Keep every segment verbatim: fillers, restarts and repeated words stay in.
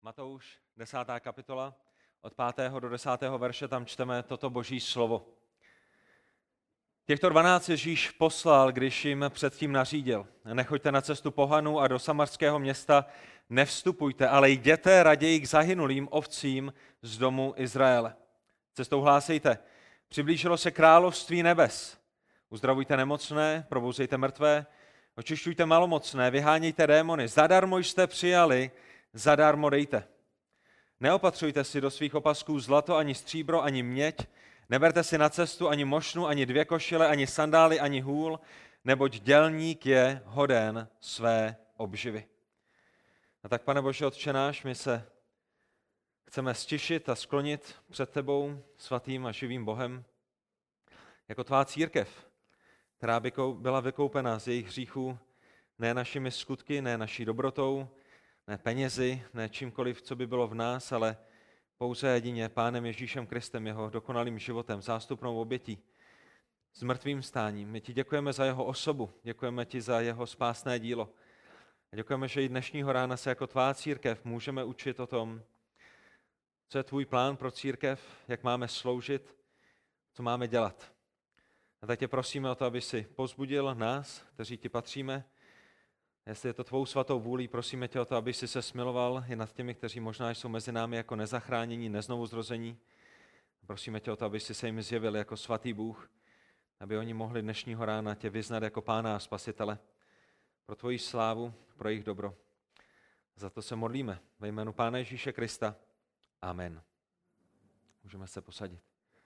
Matouš, desátá kapitola, od pátého do desátého verše tam čteme toto boží slovo. Těchto dvanáct Ježíš poslal, když jim předtím nařídil. Nechoďte na cestu pohanů a do samarského města nevstupujte, ale jděte raději k zahynulým ovcím z domu Izraele. Cestou hlásejte, přiblížilo se království nebes. Uzdravujte nemocné, probouzejte mrtvé, očišťujte malomocné, vyhánějte démony. Zadarmo jste přijali, zadarmo dejte. Neopatřujte si do svých opasků zlato, ani stříbro, ani měď, neberte si na cestu ani mošnu, ani dvě košile, ani sandály, ani hůl, neboť dělník je hoden své obživy. A tak, Pane Bože, Otče náš, my se chceme stišit a sklonit před tebou, svatým a živým Bohem, jako tvá církev, která by byla vykoupena z jejich hříchů, ne našimi skutky, ne naší dobrotou, ne penězi, ne čímkoliv, co by bylo v nás, ale pouze jedině Pánem Ježíšem Kristem, jeho dokonalým životem, zástupnou obětí, s mrtvým stáním. My ti děkujeme za jeho osobu, děkujeme ti za jeho spásné dílo. A děkujeme, že i dnešního rána se jako tvá církev můžeme učit o tom, co je tvůj plán pro církev, jak máme sloužit, co máme dělat. A tak tě prosíme o to, aby si povzbudil nás, kteří ti patříme. Jestli je to tvou svatou vůlí, prosíme tě o to, aby si se smiloval i nad těmi, kteří možná jsou mezi námi jako nezachránění, neznovuzrození. Prosíme tě o to, aby si se jim zjevil jako svatý Bůh, aby oni mohli dnešního rána tě vyznat jako Pána a Spasitele. Pro tvoji slávu, pro jejich dobro. Za to se modlíme ve jménu Pána Ježíše Krista. Amen. Můžeme se posadit.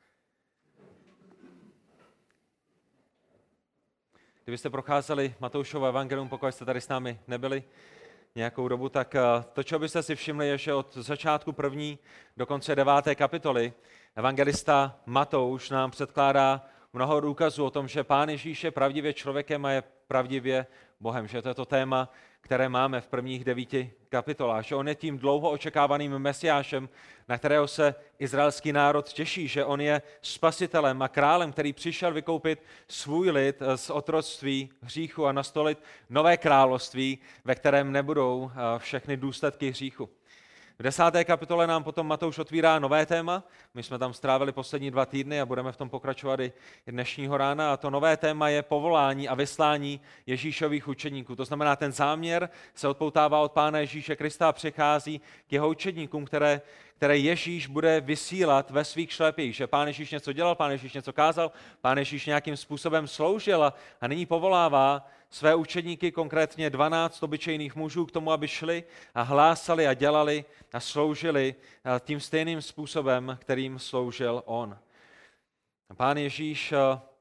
Kdybyste procházeli Matoušovo evangelium, pokud jste tady s námi nebyli nějakou dobu, tak to, čeho byste si všimli, je, že od začátku první do konce deváté kapitoly evangelista Matouš nám předkládá mnoho důkazů o tom, že Pán Ježíš je pravdivě člověkem a je pravdivě Bohem, že to je to téma, které máme v prvních devíti kapitolách, že on je tím dlouho očekávaným mesiášem, na kterého se izraelský národ těší, že on je spasitelem a králem, který přišel vykoupit svůj lid z otroctví hříchu a nastolit nové království, ve kterém nebudou všechny důsledky hříchu. V desáté kapitole nám potom Matouš otvírá nové téma. My jsme tam strávili poslední dva týdny a budeme v tom pokračovat i dnešního rána. A to nové téma je povolání a vyslání Ježíšových učedníků. To znamená, ten záměr se odpoutává od Pána Ježíše Krista a přichází k jeho učedníkům, které, které Ježíš bude vysílat ve svých šlepích. Že Pán Ježíš něco dělal, Pán Ježíš něco kázal, Pán Ježíš nějakým způsobem sloužil a, a nyní povolává své učedníky, konkrétně dvanáct obyčejných mužů, k tomu, aby šli a hlásali a dělali a sloužili tím stejným způsobem, kterým sloužil on. Pán Ježíš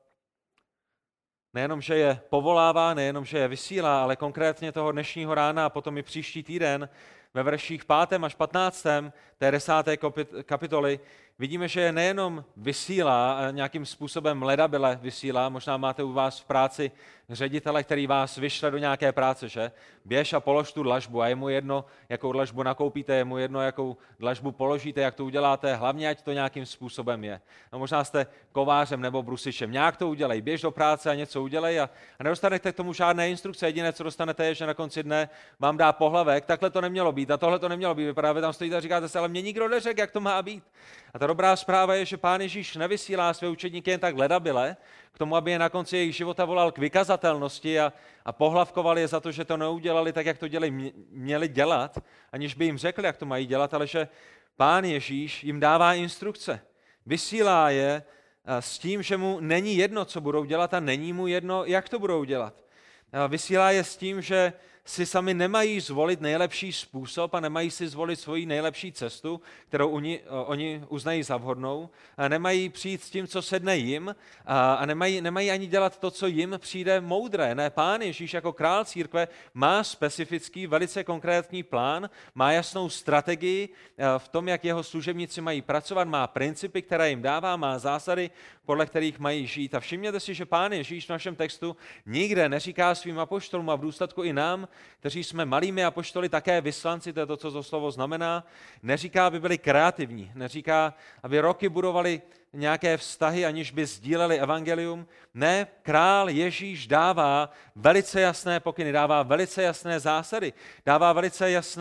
nejenom, že je povolává, nejenom, že je vysílá, ale konkrétně toho dnešního rána a potom i příští týden ve verších pátém až patnáctém té desáté kapitoly vidíme, že je nejenom vysílá, nějakým způsobem ledabyle vysílá, možná máte u vás v práci ředitele, který vás vyšle do nějaké práce, že? Běž a polož tu dlažbu a je mu jedno, jakou dlažbu nakoupíte, je mu jedno, jakou dlažbu položíte, jak to uděláte, hlavně ať to nějakým způsobem je. No možná jste kovářem nebo brusičem, nějak to udělej, běž do práce a něco udělej a, a nedostanete k tomu žádné instrukce, jediné, co dostanete, je, že na konci dne vám dá pohlavek, takhle to nemělo být a tohle to nemělo být, vy právě tam stojíte a říkáte si, ale mě nikdo neřekl, jak to má být. A ta dobrá zpráva je, že Pán Ježíš nevysílá své učedníky jen tak ledabyle, k tomu, aby je na konci jejich života volal k vykazatelnosti a, a pohlavkoval je za to, že to neudělali tak, jak to dělali, měli dělat, aniž by jim řekli, jak to mají dělat, ale že Pán Ježíš jim dává instrukce. Vysílá je s tím, že mu není jedno, co budou dělat a není mu jedno, jak to budou dělat. Vysílá je s tím, že si sami nemají zvolit nejlepší způsob a nemají si zvolit svoji nejlepší cestu, kterou oni, oni uznají za vhodnou, a nemají přijít s tím, co sedne jim a, a nemají, nemají ani dělat to, co jim přijde moudré. Ne, Pán Ježíš jako král církve má specifický, velice konkrétní plán, má jasnou strategii v tom, jak jeho služebníci mají pracovat, má principy, které jim dává, má zásady, podle kterých mají žít. A všimněte si, že Pán Ježíš v našem textu nikde neříká svým apoštolům a v důsledku i nám, kteří jsme malými apoštoly, také vyslanci, to je to, co to slovo znamená, neříká, aby byli kreativní, neříká, aby roky budovali nějaké vztahy, aniž by sdíleli evangelium. Ne, král Ježíš dává velice jasné pokyny, dává velice jasné zásady, dává velice jasné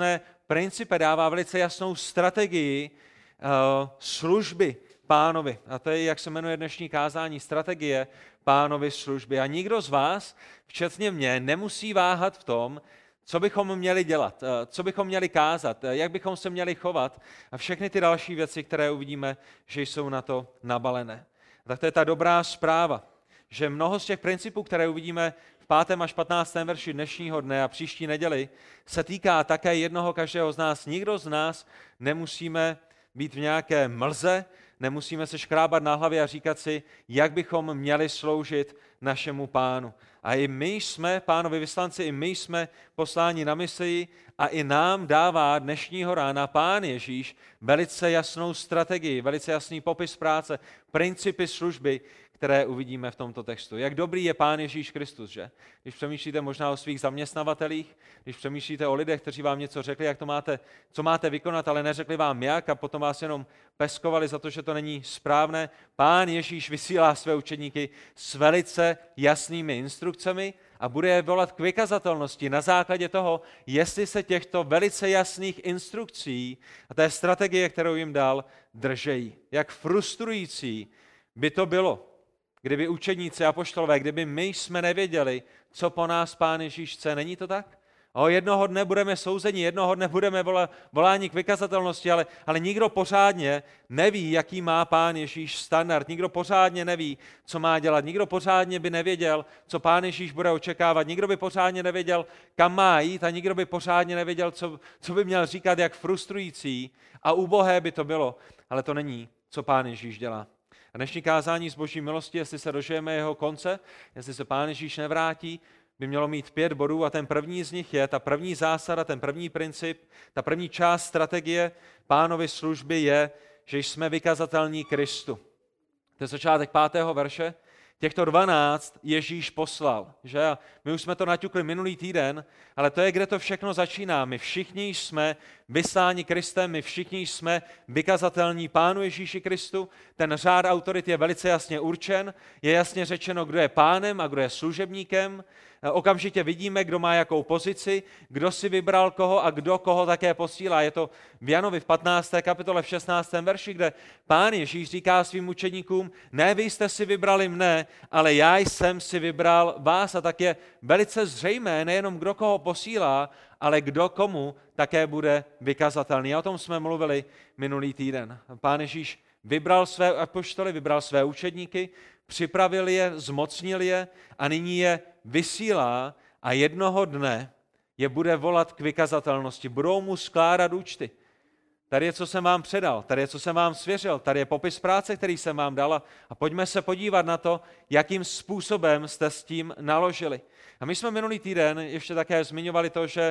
principe, dává velice jasnou strategii uh, služby Pánovi. A to je, jak se jmenuje dnešní kázání, strategie Pánovy služby. A nikdo z vás, včetně mě, nemusí váhat v tom, co bychom měli dělat, co bychom měli kázat, jak bychom se měli chovat a všechny ty další věci, které uvidíme, že jsou na to nabalené. Tak to je ta dobrá zpráva, že mnoho z těch principů, které uvidíme v pátém až patnáctém verši dnešního dne a příští neděli, se týká také jednoho každého z nás. Nikdo z nás nemusíme být v nějaké mlze, nemusíme se škrábat na hlavě a říkat si, jak bychom měli sloužit našemu Pánu. A i my jsme, Pánovi vyslanci, i my jsme posláni na misi a i nám dává dnešního rána Pán Ježíš velice jasnou strategii, velice jasný popis práce, principy služby, které uvidíme v tomto textu. Jak dobrý je Pán Ježíš Kristus, že? Když přemýšlíte možná o svých zaměstnavatelích, když přemýšlíte o lidech, kteří vám něco řekli, jak to máte, co máte vykonat, ale neřekli vám jak a potom vás jenom peskovali za to, že to není správné. Pán Ježíš vysílá své učedníky s velice jasnými instrukcemi a bude je volat k vykazatelnosti na základě toho, jestli se těchto velice jasných instrukcí a té strategie, kterou jim dal, držejí. Jak frustrující by to bylo, kdyby učedníci apoštolové, kdyby my jsme nevěděli, co po nás Pán Ježíš chce. Není to tak? O jednoho dne budeme souzeni, jednoho dne budeme vola, voláni k vykazatelnosti, ale, ale nikdo pořádně neví, jaký má Pán Ježíš standard. Nikdo pořádně neví, co má dělat. Nikdo pořádně by nevěděl, co Pán Ježíš bude očekávat. Nikdo by pořádně nevěděl, kam má jít a nikdo by pořádně nevěděl, co, co by měl říkat, jak frustrující a ubohé by to bylo. Ale to není, co Pán Ježíš dělá. A dnešní kázání z Boží milosti, jestli se dožijeme jeho konce, jestli se Pán Ježíš nevrátí, by mělo mít pět bodů a ten první z nich je, ta první zásada, ten první princip, ta první část strategie Pánovy služby je, že jsme vykazatelní Kristu. To je začátek pátého verše. Těchto dvanáct Ježíš poslal. Že? A my už jsme to naťukli minulý týden, ale to je, kde to všechno začíná. My všichni jsme vysláni Kristem, my všichni jsme vykazatelní Pánu Ježíši Kristu. Ten řád autorit je velice jasně určen, je jasně řečeno, kdo je pánem a kdo je služebníkem. Okamžitě vidíme, kdo má jakou pozici, kdo si vybral koho a kdo koho také posílá. Je to v Janovi v patnácté kapitole v šestnáctém verši, kde Pán Ježíš říká svým učeníkům, ne vy jste si vybrali mne, ale já jsem si vybral vás. A tak je velice zřejmé, nejenom kdo koho posílá, ale kdo komu také bude vykazatelný. A o tom jsme mluvili minulý týden. Pán Ježíš vybral své apoštoly, vybral své učedníky, připravil je, zmocnil je a nyní je vysílá a jednoho dne je bude volat k vykazatelnosti. Budou mu skládat účty. Tady je, co jsem vám předal, tady je, co jsem vám svěřil, tady je popis práce, který jsem vám dal a pojďme se podívat na to, jakým způsobem jste s tím naložili. A my jsme minulý týden ještě také zmiňovali to, že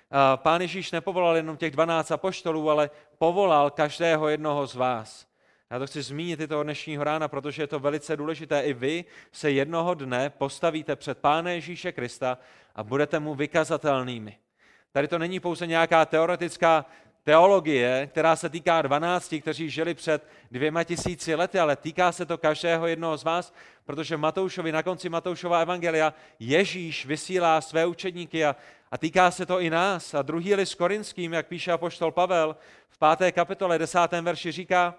Pán Ježíš nepovolal jenom těch dvanáct apoštolů, ale povolal každého jednoho z vás. Já to chci zmínit i toho dnešního rána, protože je to velice důležité. I vy se jednoho dne postavíte před Pána Ježíše Krista a budete mu vykazatelnými. Tady to není pouze nějaká teoretická teologie, která se týká dvanácti, kteří žili před dvěma tisíci lety, ale týká se to každého jednoho z vás, protože Matoušovi, na konci Matoušova evangelia Ježíš vysílá své učedníky a, a týká se to i nás. A druhý list Korinským, jak píše apoštol Pavel, v páté kapitole desátém verši říká,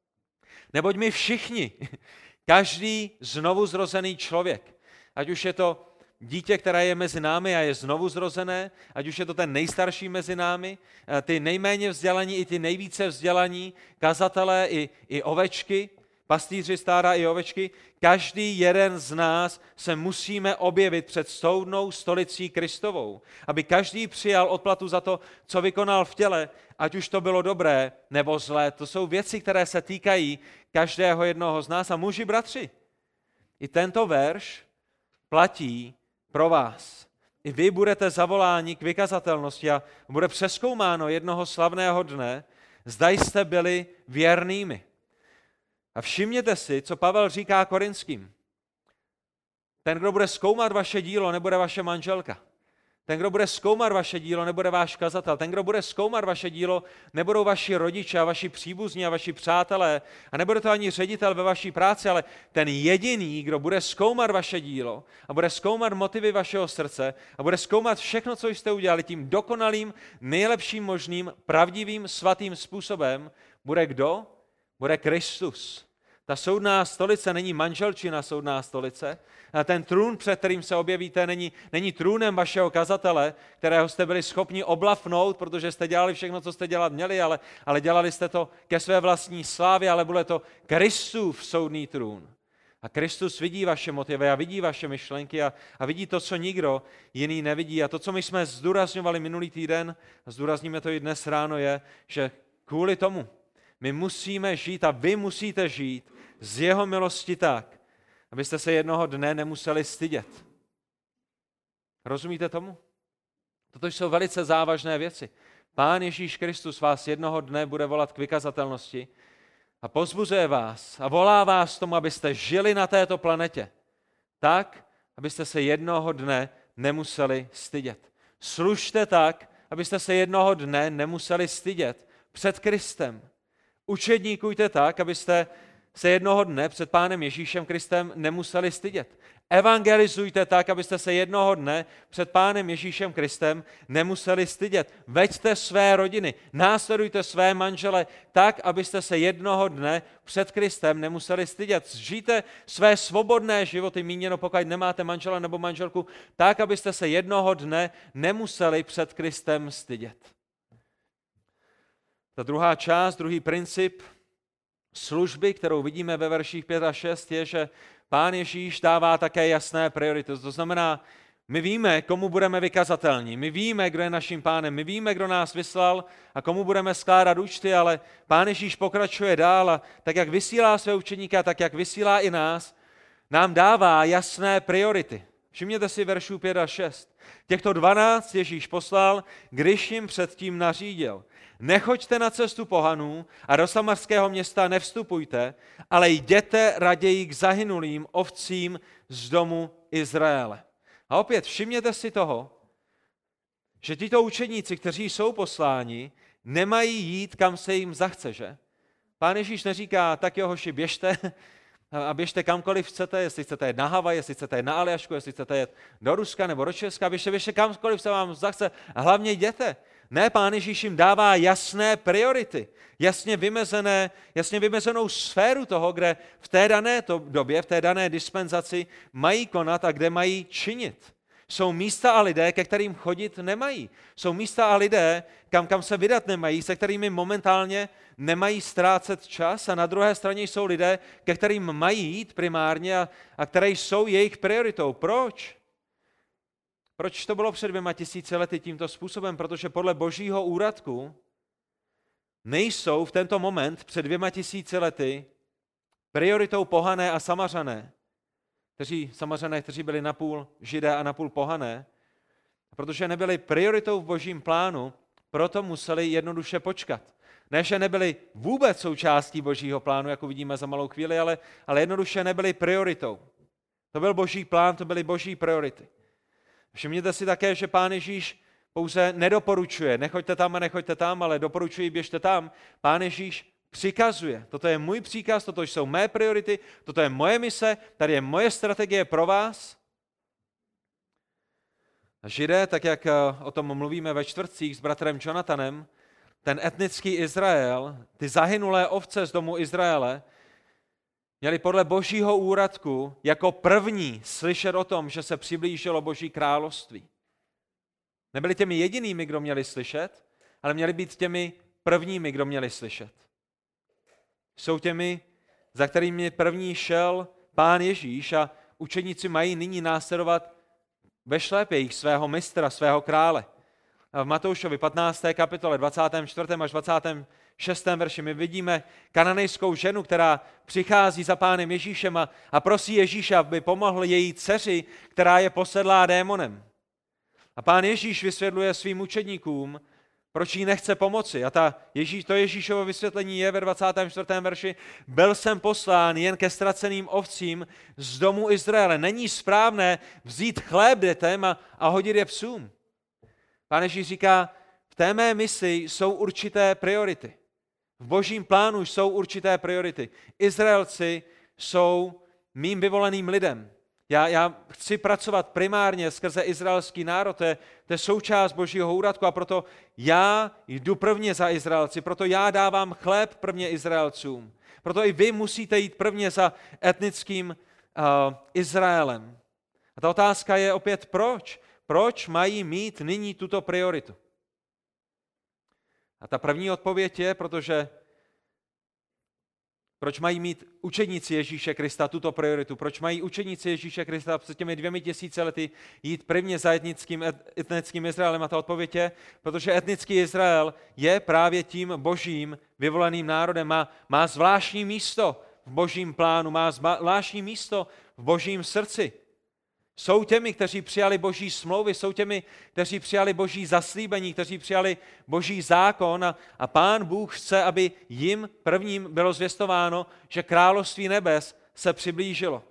neboť my všichni, každý znovu zrozený člověk, ať už je to dítě, které je mezi námi a je znovu zrozené, ať už je to ten nejstarší mezi námi, ty nejméně vzdělaní i ty nejvíce vzdělaní, kazatelé i, i ovečky, pastýři stáda i ovečky, každý jeden z nás se musíme objevit před soudnou stolicí Kristovou, aby každý přijal odplatu za to, co vykonal v těle, ať už to bylo dobré nebo zlé. To jsou věci, které se týkají každého jednoho z nás. A muži, bratři, i tento verš platí pro vás. I vy budete zavoláni k vykazatelnosti a bude přezkoumáno jednoho slavného dne, zda jste byli věrnými. A všimněte si, co Pavel říká Korinským. Ten, kdo bude zkoumat vaše dílo, nebude vaše manželka. Ten, kdo bude zkoumat vaše dílo, nebude váš kazatel. Ten, kdo bude zkoumat vaše dílo, nebudou vaši rodiče a vaši příbuzní a vaši přátelé. A nebude to ani ředitel ve vaší práci, ale ten jediný, kdo bude zkoumat vaše dílo a bude zkoumat motivy vašeho srdce a bude zkoumat všechno, co jste udělali tím dokonalým, nejlepším možným, pravdivým, svatým způsobem, bude kdo? Bude Kristus. Ta soudná stolice není manželčina soudná stolice. A ten trůn, před kterým se objevíte, není, není trůnem vašeho kazatele, kterého jste byli schopni oblafnout, protože jste dělali všechno, co jste dělat měli, ale, ale dělali jste to ke své vlastní slávě, ale bude to Kristův soudný trůn. A Kristus vidí vaše motivy a vidí vaše myšlenky a, a vidí to, co nikdo jiný nevidí. A to, co my jsme zdůrazňovali minulý týden, a zdůrazníme to i dnes ráno, je, že kvůli tomu my musíme žít a vy musíte žít z jeho milosti tak, abyste se jednoho dne nemuseli stydět. Rozumíte tomu? Toto jsou velice závažné věci. Pán Ježíš Kristus vás jednoho dne bude volat k vykazatelnosti a pozbuzuje vás a volá vás tomu, abyste žili na této planetě tak, abyste se jednoho dne nemuseli stydět. Služte tak, abyste se jednoho dne nemuseli stydět před Kristem. Učedníkujte tak, abyste se jednoho dne před Pánem Ježíšem Kristem nemuseli stydět. Evangelizujte tak, abyste se jednoho dne před Pánem Ježíšem Kristem nemuseli stydět. Veďte své rodiny, následujte své manžele tak, abyste se jednoho dne před Kristem nemuseli stydět. Žijte své svobodné životy, míněno pokud nemáte manžela nebo manželku, tak, abyste se jednoho dne nemuseli před Kristem stydět. Ta druhá část, druhý princip služby, kterou vidíme ve verších pět a šest, je, že Pán Ježíš dává také jasné priority. To znamená, my víme, komu budeme vykazatelní, my víme, kdo je naším pánem, my víme, kdo nás vyslal a komu budeme skládat účty, ale Pán Ježíš pokračuje dál a tak, jak vysílá své učeníka, tak, jak vysílá i nás, nám dává jasné priority. Všimněte si veršů pět a šest. Těchto dvanáct Ježíš poslal, když jim předtím nařídil. Nechoďte na cestu pohanů a do samarského města nevstupujte, ale jděte raději k zahynulým ovcím z domu Izraele. A opět všimněte si toho, že tito učeníci, kteří jsou posláni, nemají jít, kam se jim zachce, že? Pán Ježíš neříká, tak jo, hoši, běžte a běžte kamkoliv chcete, jestli chcete jet na Havaj, jestli chcete jet na Aljašku, jestli chcete jet do Ruska nebo do Česka, běžte, běžte kamkoliv se vám zachce a hlavně jděte. Ne, Pán Ježíš jim dává jasné priority, jasně vymezené, jasně vymezenou sféru toho, kde v té dané době, v té dané dispenzaci mají konat a kde mají činit. Jsou místa a lidé, ke kterým chodit nemají. Jsou místa a lidé, kam, kam se vydat nemají, se kterými momentálně nemají ztrácet čas a na druhé straně jsou lidé, ke kterým mají jít primárně a, a které jsou jejich prioritou. Proč? Proč to bylo před dvěma tisíci lety tímto způsobem? Protože podle božího úradku nejsou v tento moment před dvěma tisíci lety prioritou pohané a Samařané, kteří, Samařané, kteří byli napůl Židé a napůl pohané, protože nebyli prioritou v božím plánu, proto museli jednoduše počkat. Ne, že nebyli vůbec součástí božího plánu, jako vidíme za malou chvíli, ale, ale jednoduše nebyli prioritou. To byl boží plán, to byly boží priority. Všimněte si také, že Pán Ježíš pouze nedoporučuje, nechoďte tam a nechoďte tam, ale doporučuji, běžte tam. Pán Ježíš přikazuje. Toto je můj příkaz, toto jsou mé priority, toto je moje mise, tady je moje strategie pro vás. Židé, tak jak o tom mluvíme ve čtvrtcích s bratrem Jonathanem, ten etnický Izrael, ty zahynulé ovce z domu Izraele, měli podle božího úradku jako první slyšet o tom, že se přiblížilo boží království. Nebyli těmi jedinými, kdo měli slyšet, ale měli být těmi prvními, kdo měli slyšet. Jsou těmi, za kterými první šel Pán Ježíš a učeníci mají nyní následovat ve šlépějích svého mistra, svého krále. A v Matoušovi patnácté kapitole dvacátém čtvrtém až dvacátém šestém verši my vidíme kananejskou ženu, která přichází za Pánem Ježíšem a, a prosí Ježíše, aby pomohl její dceři, která je posedlá démonem. A Pán Ježíš vysvětluje svým učedníkům, proč jí nechce pomoci. A ta Ježíš, to Ježíšovo vysvětlení je ve dvacátém čtvrtém verši. Byl jsem poslán jen ke ztraceným ovcím z domu Izraele. Není správné vzít chléb dětem a, a hodit je psům. Pán Ježíš říká, v té mé misi jsou určité priority. V božím plánu jsou určité priority. Izraelci jsou mým vyvoleným lidem. Já, já chci pracovat primárně skrze izraelský národ, to je, to je součást božího úradku a proto já jdu prvně za Izraelci, proto já dávám chléb prvně Izraelcům. Proto i vy musíte jít prvně za etnickým uh, Izraelem. A ta otázka je opět proč? Proč mají mít nyní tuto prioritu? A ta první odpověď je, protože proč mají mít učeníci Ježíše Krista tuto prioritu? Proč mají učeníci Ježíše Krista před těmi dvěmi tisíci lety jít prvně za etnickým, etnickým Izraelem? A ta odpověď je, protože etnický Izrael je právě tím božím vyvoleným národem. Má, má zvláštní místo v božím plánu, má zvláštní místo v božím srdci. Jsou těmi, kteří přijali boží smlouvy, jsou těmi, kteří přijali boží zaslíbení, kteří přijali boží zákon a, a Pán Bůh chce, aby jim prvním bylo zvěstováno, že království nebes se přiblížilo.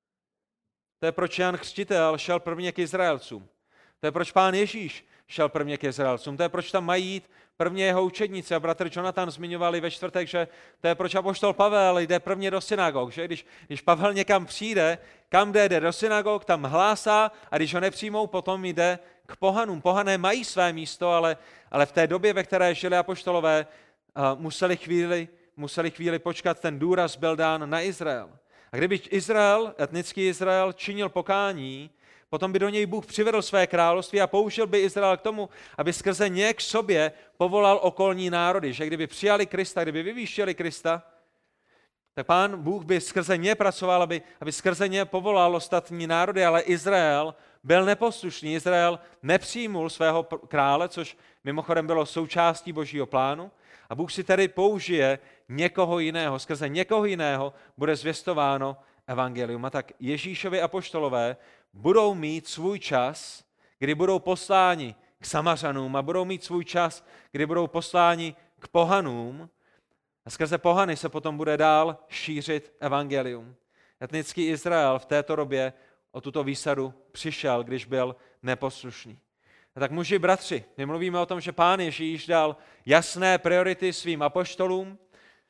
To je proč Jan Křtitel šel prvně k Izraelcům. To je proč Pán Ježíš šel prvně k Izraelcům. To je proč tam mají jít prvně jeho učedníci. A bratr Jonathan zmiňovali ve čtvrtek, že to je proč apoštol Pavel jde prvně do synagog. Že? Když, když Pavel někam přijde, kam jde, jde do synagog, tam hlásá a když ho nepřijmou, potom jde k pohanům. Pohané mají své místo, ale, ale v té době, ve které žili apoštolové, uh, museli, chvíli, museli chvíli počkat, ten důraz byl dán na Izrael. A kdyby Izrael, etnický Izrael, činil pokání, potom by do něj Bůh přivedl své království a použil by Izrael k tomu, aby skrze ně k sobě povolal okolní národy. Že kdyby přijali Krista, kdyby vyvýšili Krista, tak Pán Bůh by skrze ně pracoval, aby, aby skrze ně povolal ostatní národy, ale Izrael byl neposlušný. Izrael nepřijmul svého krále, což mimochodem bylo součástí božího plánu. A Bůh si tedy použije někoho jiného. Skrze někoho jiného bude zvěstováno evangelium. A tak Ježíšovi apoštolové budou mít svůj čas, kdy budou posláni k Samařanům a budou mít svůj čas, kdy budou posláni k pohanům a skrze pohany se potom bude dál šířit evangelium. Etnický Izrael v této době o tuto výsadu přišel, když byl neposlušný. A tak muži, bratři, my mluvíme o tom, že Pán Ježíš dal jasné priority svým apoštolům.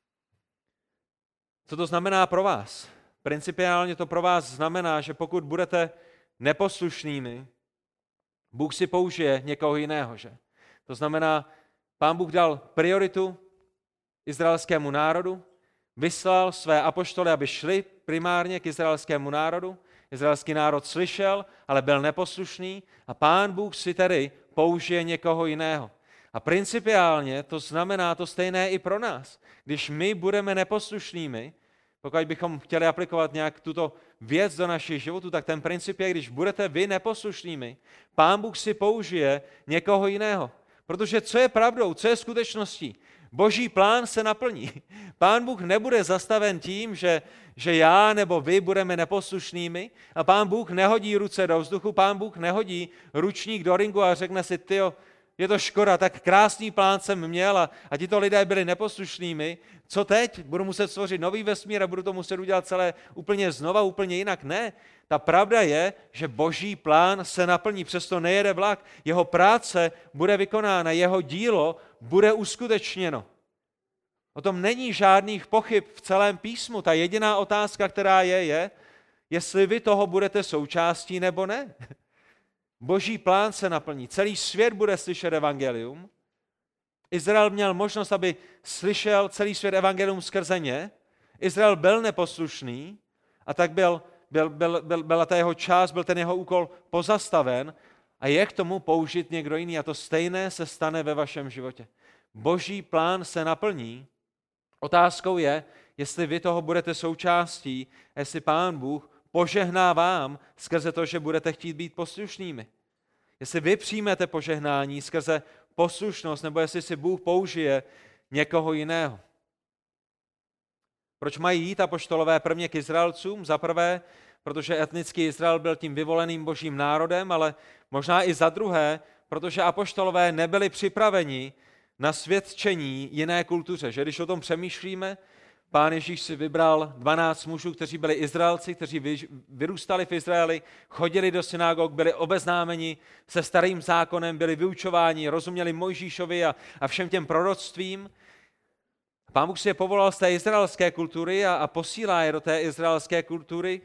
Co to znamená pro vás? Principiálně to pro vás znamená, že pokud budete neposlušnými, Bůh si použije někoho jiného. Že? To znamená, Pán Bůh dal prioritu izraelskému národu, vyslal své apoštoly, aby šli primárně k izraelskému národu. Izraelský národ slyšel, ale byl neposlušný a Pán Bůh si tedy použije někoho jiného. A principiálně to znamená to stejné i pro nás. Když my budeme neposlušnými, pokud bychom chtěli aplikovat nějak tuto věc do našich životů, tak ten princip je, když budete vy neposlušnými, Pán Bůh si použije někoho jiného. Protože co je pravdou, co je skutečností? Boží plán se naplní. Pán Bůh nebude zastaven tím, že, že já nebo vy budeme neposlušnými a Pán Bůh nehodí ruce do vzduchu, Pán Bůh nehodí ručník do ringu a řekne si, tyjo, je to škoda, tak krásný plán jsem měl a, a tito lidé byli neposlušnými. Co teď? Budu muset stvořit nový vesmír a budu to muset udělat celé úplně znova, úplně jinak? Ne. Ta pravda je, že boží plán se naplní, přesto nejede vlak. Jeho práce bude vykonána, jeho dílo bude uskutečněno. O tom není žádných pochyb v celém písmu. Ta jediná otázka, která je, je, jestli vy toho budete součástí nebo ne. Boží plán se naplní. Celý svět bude slyšet evangelium. Izrael měl možnost, aby slyšel celý svět evangelium skrze ně. Izrael byl neposlušný a tak byl, byl, byl, byl, byla ta jeho část, byl ten jeho úkol pozastaven a je k tomu použit někdo jiný. A to stejné se stane ve vašem životě. Boží plán se naplní. Otázkou je, jestli vy toho budete součástí, jestli Pán Bůh požehná vám skrze to, že budete chtít být poslušnými. Jestli vy přijmete požehnání skrze poslušnost, nebo jestli si Bůh použije někoho jiného. Proč mají jít apoštolové prvně k Izraelcům? Za prvé, protože etnický Izrael byl tím vyvoleným božím národem, ale možná i za druhé, protože apoštolové nebyli připraveni na svědčení jiné kultuře. Že když o tom přemýšlíme, Pán Ježíš si vybral dvanáct mužů, kteří byli Izraelci, kteří vyrůstali v Izraeli, chodili do synagog, byli obeznámeni se starým zákonem, byli vyučováni, rozuměli Mojžíšovi a, a všem těm proroctvím. Pán Bůh si je povolal z té izraelské kultury a, a posílá je do té izraelské kultury.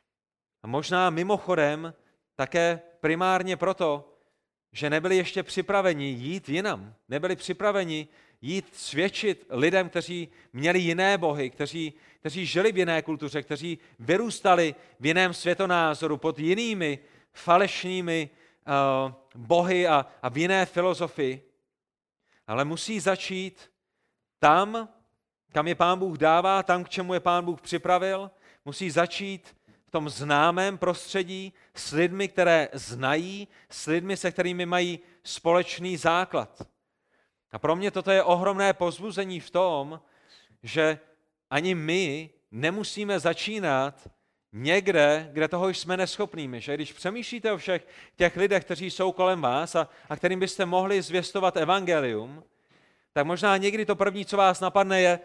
A možná mimochodem také primárně proto, že nebyli ještě připraveni jít jinam. Nebyli připraveni jít svědčit lidem, kteří měli jiné bohy, kteří, kteří žili v jiné kultuře, kteří vyrůstali v jiném světonázoru pod jinými falešnými uh, bohy a, a v jiné filozofii. Ale musí začít tam, kam je Pán Bůh dává, tam, k čemu je Pán Bůh připravil. Musí začít v tom známém prostředí s lidmi, které znají, s lidmi, se kterými mají společný základ. A pro mě toto je ohromné povzbuzení v tom, že ani my nemusíme začínat někde, kde toho jsme neschopnými. Že když přemýšlíte o všech těch lidech, kteří jsou kolem vás a, a kterým byste mohli zvěstovat evangelium, tak možná někdy to první, co vás napadne, je,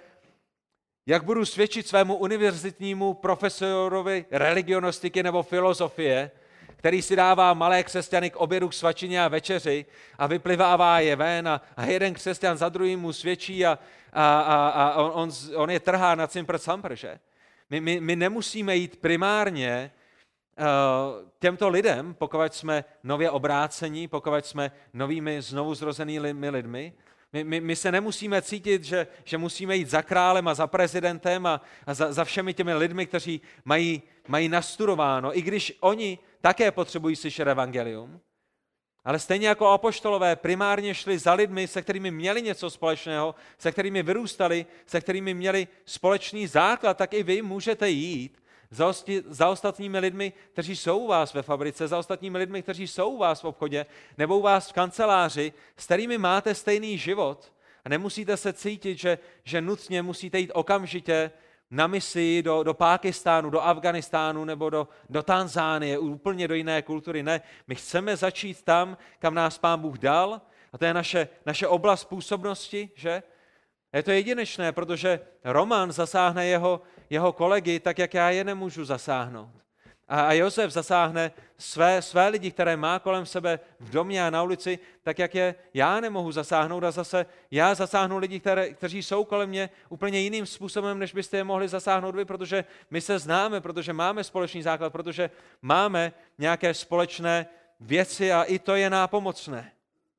jak budu svědčit svému univerzitnímu profesorovi religionostiky nebo filozofie, který si dává malé křesťany k obědu, k svačině a večeři a vyplivává je ven a, a jeden křesťan za druhým mu svědčí a, a, a, a on, on, on je trhá na cimpr sampr, že? My, my, my nemusíme jít primárně uh, těmto lidem, pokud jsme nově obrácení, pokud jsme novými znovuzrozenými lidmi. My, my, my se nemusíme cítit, že, že musíme jít za králem a za prezidentem a, a za, za všemi těmi lidmi, kteří mají, mají nastudováno, i když oni také potřebují slyšet evangelium. Ale stejně jako apoštolové primárně šli za lidmi, se kterými měli něco společného, se kterými vyrůstali, se kterými měli společný základ, tak i vy můžete jít za, osti, za ostatními lidmi, kteří jsou u vás ve fabrice, za ostatními lidmi, kteří jsou u vás v obchodě, nebo u vás v kanceláři, s kterými máte stejný život. A nemusíte se cítit, že, že nutně musíte jít okamžitě na misi do, do Pákistánu, do Afganistánu nebo do, do Tanzánie, úplně do jiné kultury. Ne, my chceme začít tam, kam nás Pán Bůh dal, a to je naše, naše oblast působnosti, že? Je to jedinečné, protože Roman zasáhne jeho, jeho kolegy tak, jak já je nemůžu zasáhnout. A, a Josef zasáhne své, své lidi, které má kolem sebe v domě a na ulici, tak, jak je já nemohu zasáhnout. A zase já zasáhnu lidi, které, kteří jsou kolem mě úplně jiným způsobem, než byste je mohli zasáhnout vy, protože my se známe, protože máme společný základ, protože máme nějaké společné věci a i to je nápomocné.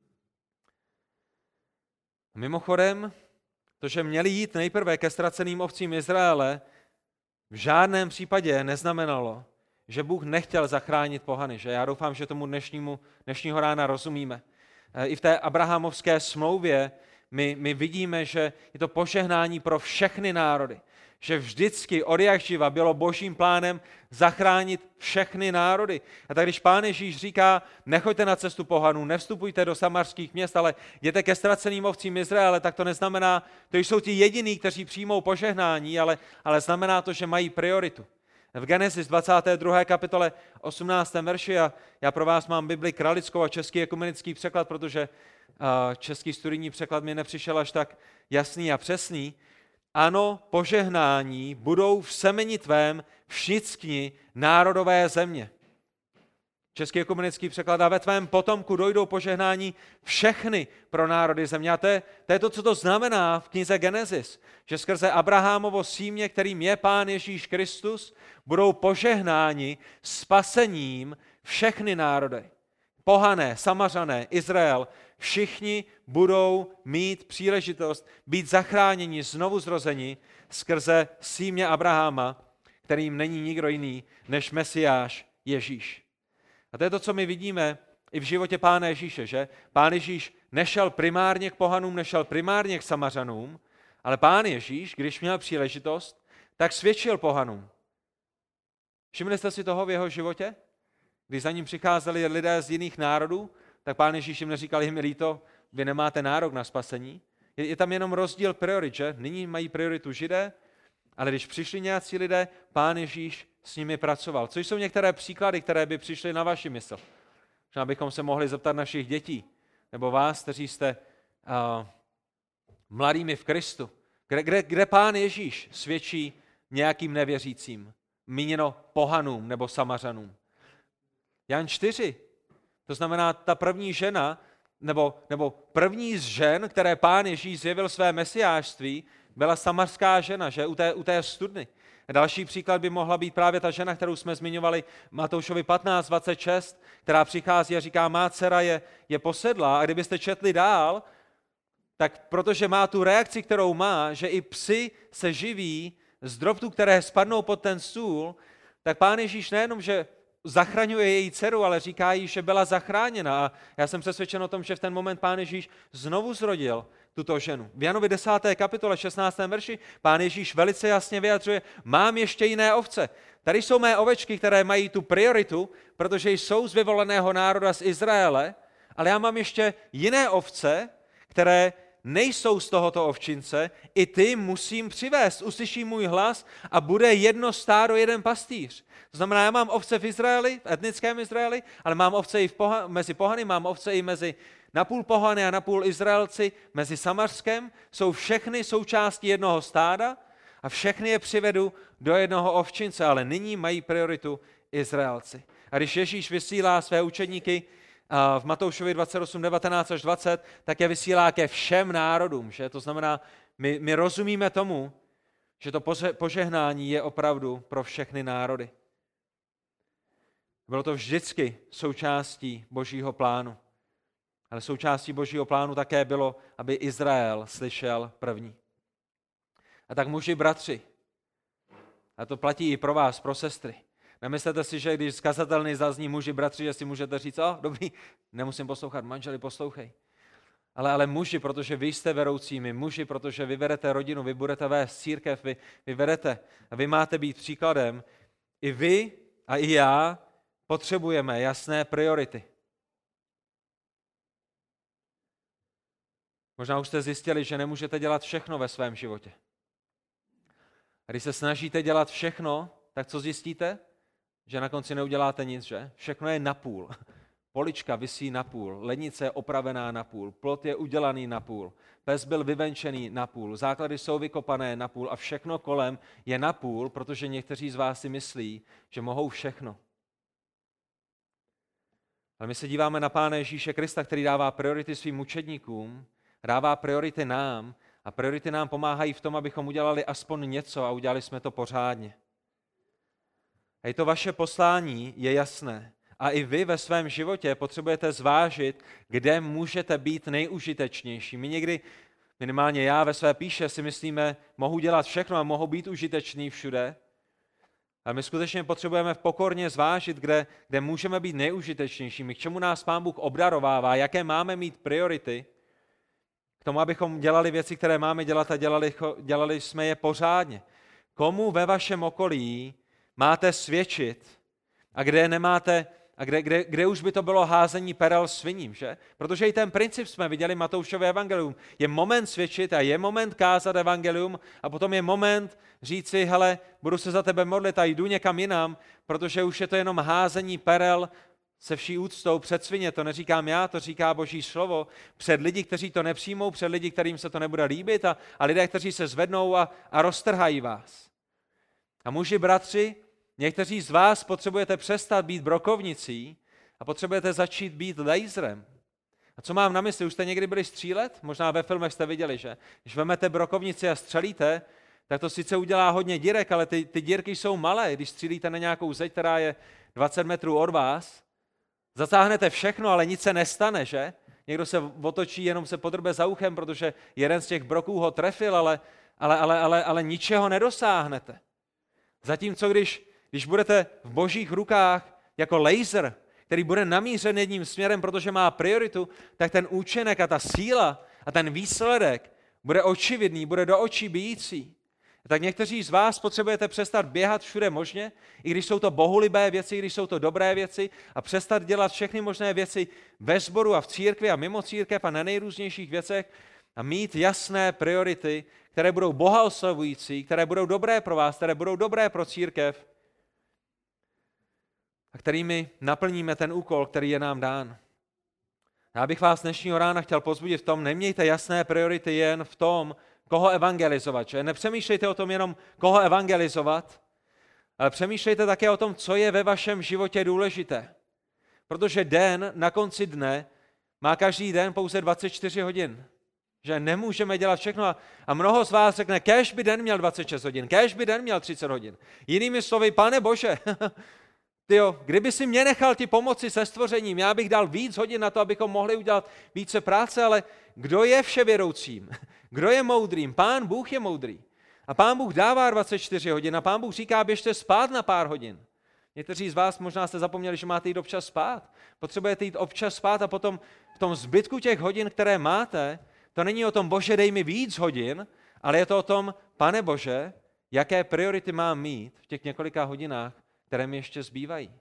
Mimochodem, to, že měli jít nejprve ke ztraceným ovcím Izraele, v žádném případě neznamenalo, že Bůh nechtěl zachránit pohany. Že? Já doufám, že tomu dnešnímu, dnešního rána rozumíme. I v té abrahamovské smlouvě my, my vidíme, že je to požehnání pro všechny národy. Že vždycky od jak živa bylo božím plánem zachránit všechny národy. A tak když Pán Ježíš říká, nechoďte na cestu pohanů, nevstupujte do samarských měst, ale jděte ke ztraceným ovcím Izraele, tak to neznamená, to jsou ti jediní, kteří přijmou požehnání, ale, ale znamená to, že mají prioritu. V Genesis dvacáté druhé kapitole osmnáctém verši, a já pro vás mám Bibli kralickou a český ekumenický překlad, protože český studijní překlad mi nepřišel až tak jasný a přesný. Ano, požehnání budou v semeni tvém všichni národové země. Český ekumenický překlad, a ve tvém potomku dojdou požehnání všechny pro národy země. A to je, to je to, co to znamená v knize Genesis, že skrze Abrahamovo símě, kterým je Pán Ježíš Kristus, budou požehnáni spasením všechny národy. Pohané, Samařané, Izrael, všichni budou mít příležitost být zachráněni, znovu zrozeni skrze símě Abrahama, kterým není nikdo jiný než Mesiáš Ježíš. A to je to, co my vidíme i v životě Pána Ježíše, že? Pán Ježíš nešel primárně k pohanům, nešel primárně k Samařanům, ale Pán Ježíš, když měl příležitost, tak svědčil pohanům. Všimli jste si toho v jeho životě? Když za ním přicházeli lidé z jiných národů, tak Pán Ježíš jim neříkal, je mi líto, vy nemáte nárok na spasení. Je, je tam jenom rozdíl priorit, že? Nyní mají prioritu Židé, ale když přišli nějací lidé, Pán Ježíš s nimi pracoval. Co jsou některé příklady, které by přišly na vaši mysl? Možná bychom se mohli zeptat našich dětí, nebo vás, kteří jste uh, mladými v Kristu. Kde, kde, kde Pán Ježíš svědčí nějakým nevěřícím, míněno pohanům nebo Samařanům? Jan čtyři. To znamená, ta první žena, nebo, nebo první z žen, které Pán Ježíš zjevil své mesiášství, byla samarská žena, že u té, u té studny. A další příklad by mohla být právě ta žena, kterou jsme zmiňovali Matoušovi patnáct dvacet šest, která přichází a říká, má dcera je, je posedlá. A kdybyste četli dál, tak protože má tu reakci, kterou má, že i psi se živí z drobtů, které spadnou pod ten stůl, tak Pán Ježíš nejenom, že zachraňuje její dceru, ale říká jí, že byla zachráněna. A já jsem přesvědčen o tom, že v ten moment Pán Ježíš znovu zrodil tuto ženu. V Janovi desáté kapitole šestnáctém verši Pán Ježíš velice jasně vyjadřuje, mám ještě jiné ovce. Tady jsou mé ovečky, které mají tu prioritu, protože jsou z vyvoleného národa z Izraele, ale já mám ještě jiné ovce, které nejsou z tohoto ovčince, i ty musím přivést. Uslyší můj hlas a bude jedno stádo, jeden pastýř. To znamená, já mám ovce v Izraeli, v etnickém Izraeli, ale mám ovce i v poha- mezi pohany, mám ovce i mezi napůl pohany a napůl Izraelci, mezi Samarskem. Jsou všechny součástí jednoho stáda a všechny je přivedu do jednoho ovčince, ale nyní mají prioritu Izraelci. A když Ježíš vysílá své učedníky v Matoušovi dvacet osm, devatenáct až dvacet, tak je vysílá ke všem národům. Že? To znamená, my, my rozumíme tomu, že to požehnání je opravdu pro všechny národy. Bylo to vždycky součástí Božího plánu. Ale součástí Božího plánu také bylo, aby Izrael slyšel první. A tak muži, bratři, a to platí i pro vás, pro sestry, nemyslete si, že když z kazatelny zazní muži, bratři, že si můžete říct, oh, dobrý, nemusím poslouchat, manželi, poslouchej. Ale, ale muži, protože vy jste veroucími, muži, protože vy vedete rodinu, vy budete vést církev, vy, vy vedete a vy máte být příkladem. I vy a i já potřebujeme jasné priority. Možná už jste zjistili, že nemůžete dělat všechno ve svém životě. A když se snažíte dělat všechno, tak co zjistíte? Že na konci neuděláte nic, že? Všechno je napůl. Polička visí napůl, lednice je opravená napůl, plot je udělaný napůl, pes byl vyvenčený napůl, základy jsou vykopané napůl a všechno kolem je napůl, protože někteří z vás si myslí, že mohou všechno. Ale my se díváme na Pána Ježíše Krista, který dává priority svým učedníkům, dává priority nám a priority nám pomáhají v tom, abychom udělali aspoň něco a udělali jsme to pořádně. A i to vaše poslání je jasné. A i vy ve svém životě potřebujete zvážit, kde můžete být nejužitečnější. My někdy, minimálně já ve své píše, si myslíme, mohu dělat všechno a mohu být užitečný všude. A my skutečně potřebujeme pokorně zvážit, kde, kde můžeme být nejužitečnějšími, k čemu nás Pán Bůh obdarovává, jaké máme mít priority, k tomu, abychom dělali věci, které máme dělat a dělali, dělali jsme je pořádně. Komu ve vašem okolí máte svědčit a kde nemáte, a kde, kde, kde už by to bylo házení perel sviním, že? Protože i ten princip jsme viděli Matoušové evangelium. Je moment svědčit a je moment kázat evangelium a potom je moment říci, hele, budu se za tebe modlit a jdu někam jinam, protože už je to jenom házení perel se vší úctou před svině. To neříkám já, to říká Boží slovo. Před lidi, kteří to nepřijmou, před lidi, kterým se to nebude líbit a, a lidé, kteří se zvednou a, a roztrhají vás. A muži, bratři, někteří z vás potřebujete přestat být brokovnicí a potřebujete začít být laserem. A co mám na mysli? Už jste někdy byli střílet? Možná ve filmech jste viděli, že? Když vezmete brokovnici a střelíte, tak to sice udělá hodně dírek, ale ty, ty dírky jsou malé. Když střílíte na nějakou zeď, která je dvacet metrů od vás, zasáhnete všechno, ale nic se nestane, že? Někdo se otočí, jenom se podrbe za uchem, protože jeden z těch broků ho trefil, ale, ale, ale, ale, ale ničeho nedosáhnete. Zatímco když, když budete v Božích rukách jako laser, který bude namířen jedním směrem, protože má prioritu, tak ten účinek a ta síla a ten výsledek bude očividný, bude do očí bijící. Tak někteří z vás potřebujete přestat běhat všude možně, i když jsou to bohulibé věci, i když jsou to dobré věci, a přestat dělat všechny možné věci ve sboru a v církvi a mimo církev a na nejrůznějších věcech a mít jasné priority, které budou Boha oslavující, které budou dobré pro vás, které budou dobré pro církev a kterými naplníme ten úkol, který je nám dán. Já bych vás dnešního rána chtěl pozbudit v tom, nemějte jasné priority jen v tom, koho evangelizovat. Že? Nepřemýšlejte o tom jenom, koho evangelizovat, ale přemýšlejte také o tom, co je ve vašem životě důležité. Protože den na konci dne má každý den pouze dvacet čtyři hodin. Že nemůžeme dělat všechno a, a mnoho z vás řekne, kéž by den měl dvacet šest hodin, kéž by den měl třicet hodin. Jinými slovy, Pane Bože, tyjo, kdyby si mě nechal ti pomoci se stvořením, já bych dal víc hodin na to, abychom mohli udělat více práce, ale kdo je vševědoucím? Kdo je moudrým? Pán Bůh je moudrý. A Pán Bůh dává dvacet čtyři hodin a Pán Bůh říká, běžte spát na pár hodin. Někteří z vás možná jste zapomněli, že máte jít občas spát. Potřebujete jít občas spát a potom v tom zbytku těch hodin, které máte, to není o tom, Bože, dej mi víc hodin, ale je to o tom, Pane Bože, jaké priority mám mít v těch několika hodinách, které mi ještě zbývají.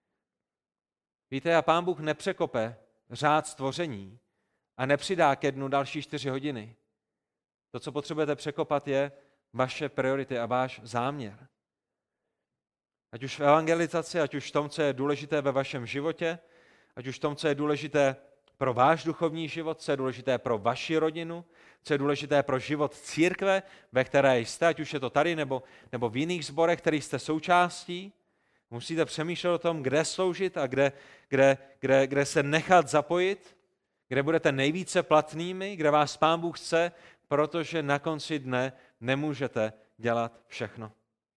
Víte, a Pán Bůh nepřekope řád stvoření a nepřidá ke dnu další čtyři hodiny. To, co potřebujete překopat, je vaše priority a váš záměr. Ať už v evangelizaci, ať už v tom, co je důležité ve vašem životě, ať už v tom, co je důležité pro váš duchovní život, co je důležité pro vaši rodinu, co je důležité pro život církve, ve které jste, ať už je to tady nebo, nebo v jiných sborech, kterých jste součástí. Musíte přemýšlet o tom, kde sloužit a kde, kde, kde, kde se nechat zapojit, kde budete nejvíce platnými, kde vás Pán Bůh chce, protože na konci dne nemůžete dělat všechno.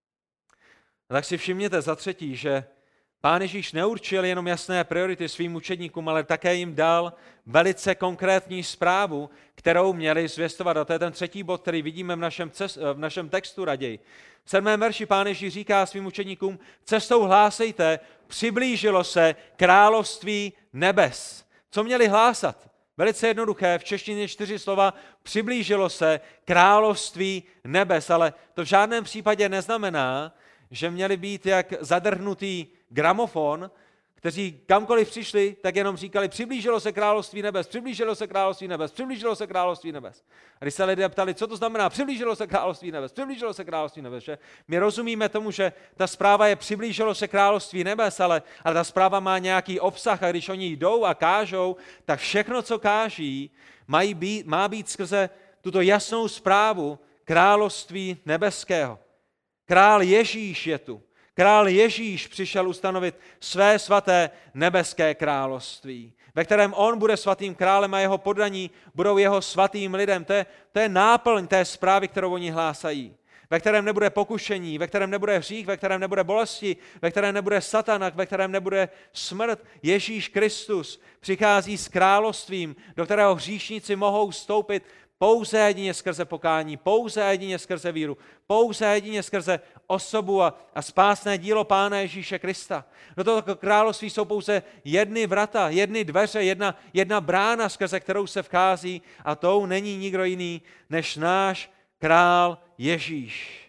A tak si všimněte za třetí, že Pán Ježíš neurčil jenom jasné priority svým učedníkům, ale také jim dal velice konkrétní zprávu, kterou měli zvěstovat. A to je ten třetí bod, který vidíme v našem, cest, v našem textu raději. V sedmém verši Pán Ježíš říká svým učedníkům, cestou hlásejte, přiblížilo se království nebes. Co měli hlásat? Velice jednoduché, v češtině čtyři slova, přiblížilo se království nebes, ale to v žádném případě neznamená, že měli být jak zadrhnutý gramofon, kteří kamkoliv přišli, tak jenom říkali, přiblížilo se království nebes, přiblížilo se království nebes, přiblížilo se království nebes. A když se lidé ptali, co to znamená, přiblížilo se království nebes, přiblížilo se království nebes, že? My rozumíme tomu, že ta zpráva je přiblížilo se království nebes, ale, ale ta zpráva má nějaký obsah a když oni jdou a kážou, tak všechno, co káží, mají být, má být skrze tuto jasnou zprávu království nebeského. Král Ježíš je tu. Král Ježíš přišel ustanovit své svaté nebeské království, ve kterém on bude svatým králem a jeho poddaní budou jeho svatým lidem. To je, to je náplň té zprávy, kterou oni hlásají. Ve kterém nebude pokušení, ve kterém nebude hřích, ve kterém nebude bolesti, ve kterém nebude satanak, ve kterém nebude smrt. Ježíš Kristus přichází s královstvím, do kterého hříšníci mohou vstoupit pouze jedině skrze pokání, pouze jedině skrze víru, pouze jedině skrze osobu a, a spásné dílo Pána Ježíše Krista. Do toho království jsou pouze jedny vrata, jedny dveře, jedna, jedna brána, skrze kterou se vchází a tou není nikdo jiný než náš král Ježíš.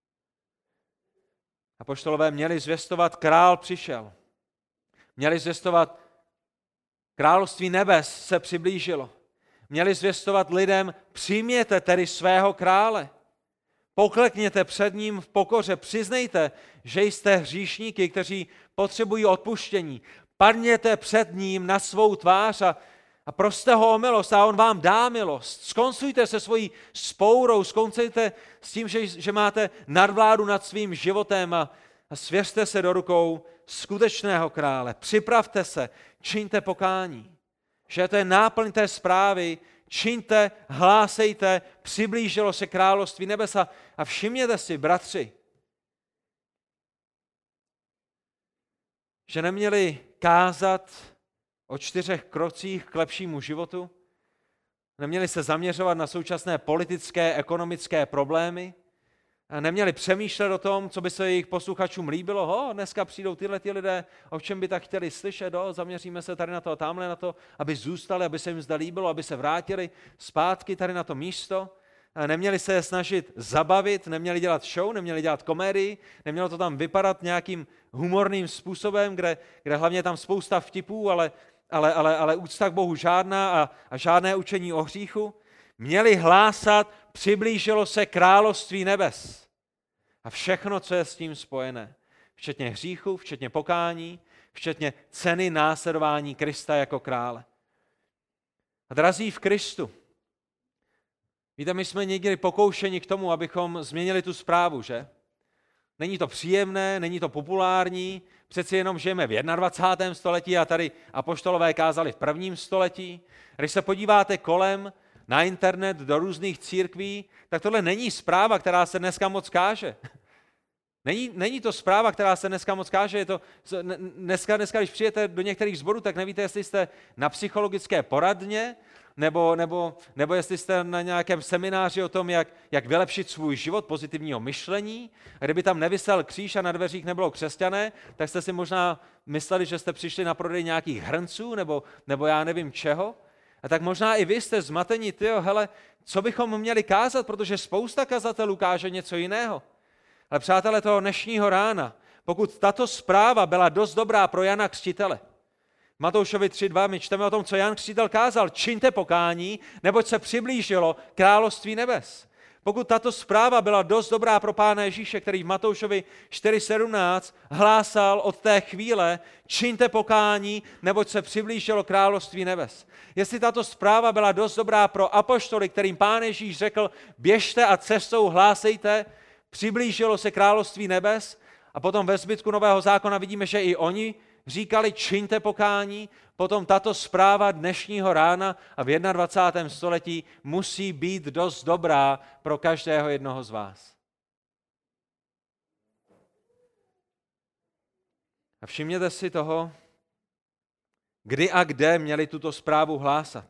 Apoštolové měli zvěstovat, král přišel. Měli zvěstovat, království nebes se přiblížilo. Měli zvěstovat lidem, přijměte tedy svého krále. Poklekněte před ním v pokoře, přiznejte, že jste hříšníky, kteří potřebují odpuštění. Padněte před ním na svou tvář a, a proste ho o milost a on vám dá milost. Skoncujte se svojí spourou, skoncujte s tím, že, že máte nadvládu nad svým životem a, a svěřte se do rukou skutečného krále. Připravte se, čiňte pokání. Že to je náplň té zprávy, čiňte, hlásejte, přiblížilo se království nebesa. A všimněte si, bratři, že neměli kázat o čtyřech krocích k lepšímu životu, neměli se zaměřovat na současné politické, ekonomické problémy, a neměli přemýšlet o tom, co by se jejich posluchačům líbilo. Ho, dneska přijdou tyhle ty lidé, o čem by tak chtěli slyšet, ho, zaměříme se tady na to a tamhle na to, aby zůstali, aby se jim zde líbilo, aby se vrátili zpátky tady na to místo. A neměli se je snažit zabavit, neměli dělat show, neměli dělat komedii, nemělo to tam vypadat nějakým humorným způsobem, kde, kde hlavně je tam spousta vtipů, ale, ale, ale, ale úcta k Bohu žádná a, a žádné učení o hříchu. Měli hlásat, přiblížilo se království nebes. A všechno, co je s tím spojené. Včetně hříchu, včetně pokání, včetně ceny následování Krista jako krále. A drazí v Kristu, Víte, my jsme někdy pokoušeni k tomu, abychom změnili tu zprávu, že? Není to příjemné, není to populární, přeci jenom žijeme v dvacátém prvním století a tady apoštolové kázali v prvním století. Když se podíváte kolem na internet do různých církví, tak tohle není zpráva, která se dneska moc káže. Není, není to zpráva, která se dneska moc káže. Je to, dneska, dneska, když přijete do některých sborů, tak nevíte, jestli jste na psychologické poradně, nebo, nebo, nebo jestli jste na nějakém semináři o tom, jak, jak vylepšit svůj život pozitivního myšlení. A kdyby tam nevisel kříž a na dveřích nebylo křesťané, tak jste si možná mysleli, že jste přišli na prodej nějakých hrnců, nebo, nebo já nevím čeho. A tak možná i vy jste zmatení, tyjo, hele, co bychom měli kázat, protože spousta kazatelů káže něco jiného. Ale přátelé, toho dnešního rána, pokud tato zpráva byla dost dobrá pro Jana Křtitele, Matoušovi tři dva my čteme o tom, co Jan Křtitel kázal, čiňte pokání, neboť se přiblížilo království nebes. Pokud tato zpráva byla dost dobrá pro Pána Ježíše, který v Matoušovi čtyři sedmnáct hlásal od té chvíle, čiňte pokání, neboť se přiblížilo království nebes. Jestli tato zpráva byla dost dobrá pro apoštoly, kterým Pán Ježíš řekl, běžte a cestou hlásejte, přiblížilo se království nebes, a potom ve zbytku Nového zákona vidíme, že i oni říkali, čiňte pokání, potom tato zpráva dnešního rána a v dvacátém prvním století musí být dost dobrá pro každého jednoho z vás. A všimněte si toho, kdy a kde měli tuto zprávu hlásat.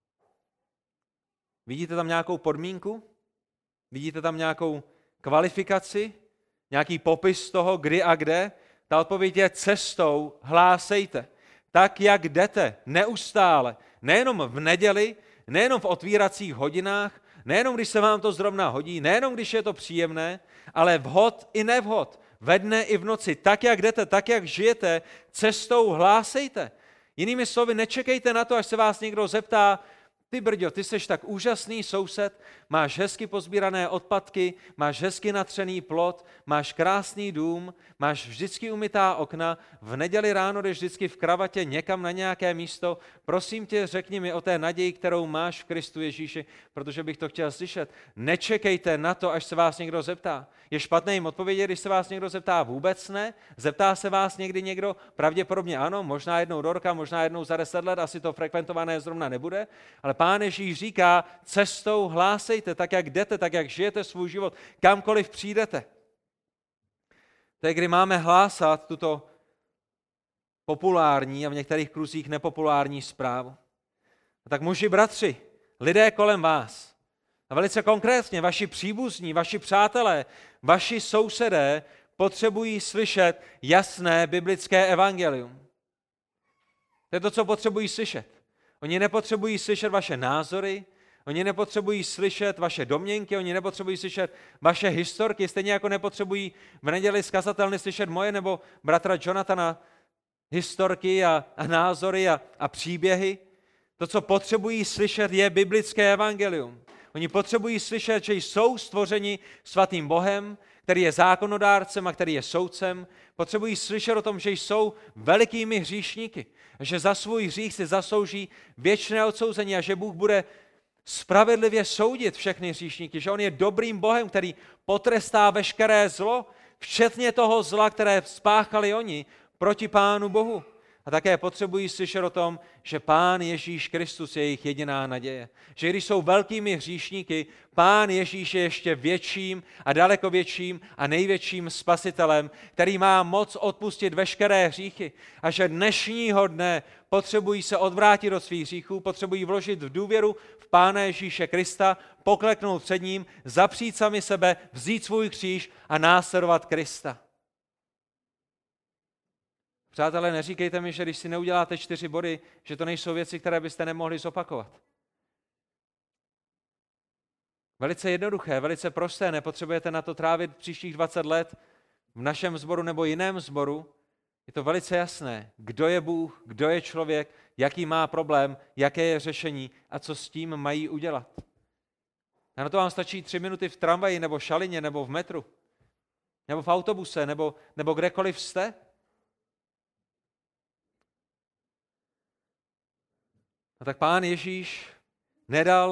Vidíte tam nějakou podmínku? Vidíte tam nějakou kvalifikaci? Nějaký popis toho, kdy a kde? Ta odpověď je cestou hlásejte. Tak, jak jdete, neustále. Nejenom v neděli, nejenom v otvíracích hodinách, nejenom když se vám to zrovna hodí, nejenom když je to příjemné, ale vhod i nevhod. Ve dne i v noci. Tak, jak jdete, tak, jak žijete, cestou hlásejte. Jinými slovy, nečekejte na to, až se vás někdo zeptá, ty Brďo, ty seš tak úžasný soused, máš hezky pozbírané odpadky, máš hezky natřený plot, máš krásný dům, máš vždycky umytá okna, v neděli ráno jdeš vždycky v kravatě někam na nějaké místo, prosím tě, řekni mi o té naději, kterou máš v Kristu Ježíši, protože bych to chtěl slyšet. Nečekejte na to, až se vás někdo zeptá. Je špatné jim odpovědět, když se vás někdo zeptá vůbec ne? Zeptá se vás někdy někdo? Pravděpodobně ano, možná jednou do roka, možná jednou za deset let, asi to frekventované zrovna nebude, ale Pán Ježíš říká, cestou hlásejte, tak jak jdete, tak jak žijete svůj život, kamkoliv přijdete. To je, kdy máme hlásat tuto populární a v některých kruzích nepopulární zprávu. A tak muži, bratři, lidé kolem vás, a velice konkrétně vaši příbuzní, vaši přátelé, vaši sousedé potřebují slyšet jasné biblické evangelium. To je to, co potřebují slyšet. Oni nepotřebují slyšet vaše názory, oni nepotřebují slyšet vaše domněnky, oni nepotřebují slyšet vaše historky, stejně jako nepotřebují v neděli z kazatelny slyšet moje nebo bratra Jonathana historky a, a názory a, a příběhy. To, co potřebují slyšet, je biblické evangelium. Oni potřebují slyšet, že jsou stvořeni svatým Bohem, který je zákonodárcem a který je soudcem. Potřebují slyšet o tom, že jsou velikými hříšníky, že za svůj hřích si zaslouží věčné odsouzení a že Bůh bude spravedlivě soudit všechny hříšníky, že on je dobrým Bohem, který potrestá veškeré zlo, včetně toho zla, které spáchali oni proti Pánu Bohu. A také potřebují slyšet o tom, že Pán Ježíš Kristus je jejich jediná naděje. Že když jsou velkými hříšníky, Pán Ježíš je ještě větším a daleko větším a největším spasitelem, který má moc odpustit veškeré hříchy. A že dnešního dne potřebují se odvrátit od svých hříchů, potřebují vložit v důvěru v Pána Ježíše Krista, pokleknout před ním, zapřít sami sebe, vzít svůj kříž a následovat Krista. Přátelé, neříkejte mi, že když si neuděláte čtyři body, že to nejsou věci, které byste nemohli zopakovat. Velice jednoduché, velice prosté, nepotřebujete na to trávit příštích dvacet let v našem sboru nebo jiném sboru. Je to velice jasné, kdo je Bůh, kdo je člověk, jaký má problém, jaké je řešení a co s tím mají udělat. A na to vám stačí tři minuty v tramvaji nebo šalině nebo v metru, nebo v autobuse, nebo, nebo kdekoliv jste. A tak Pán Ježíš nedal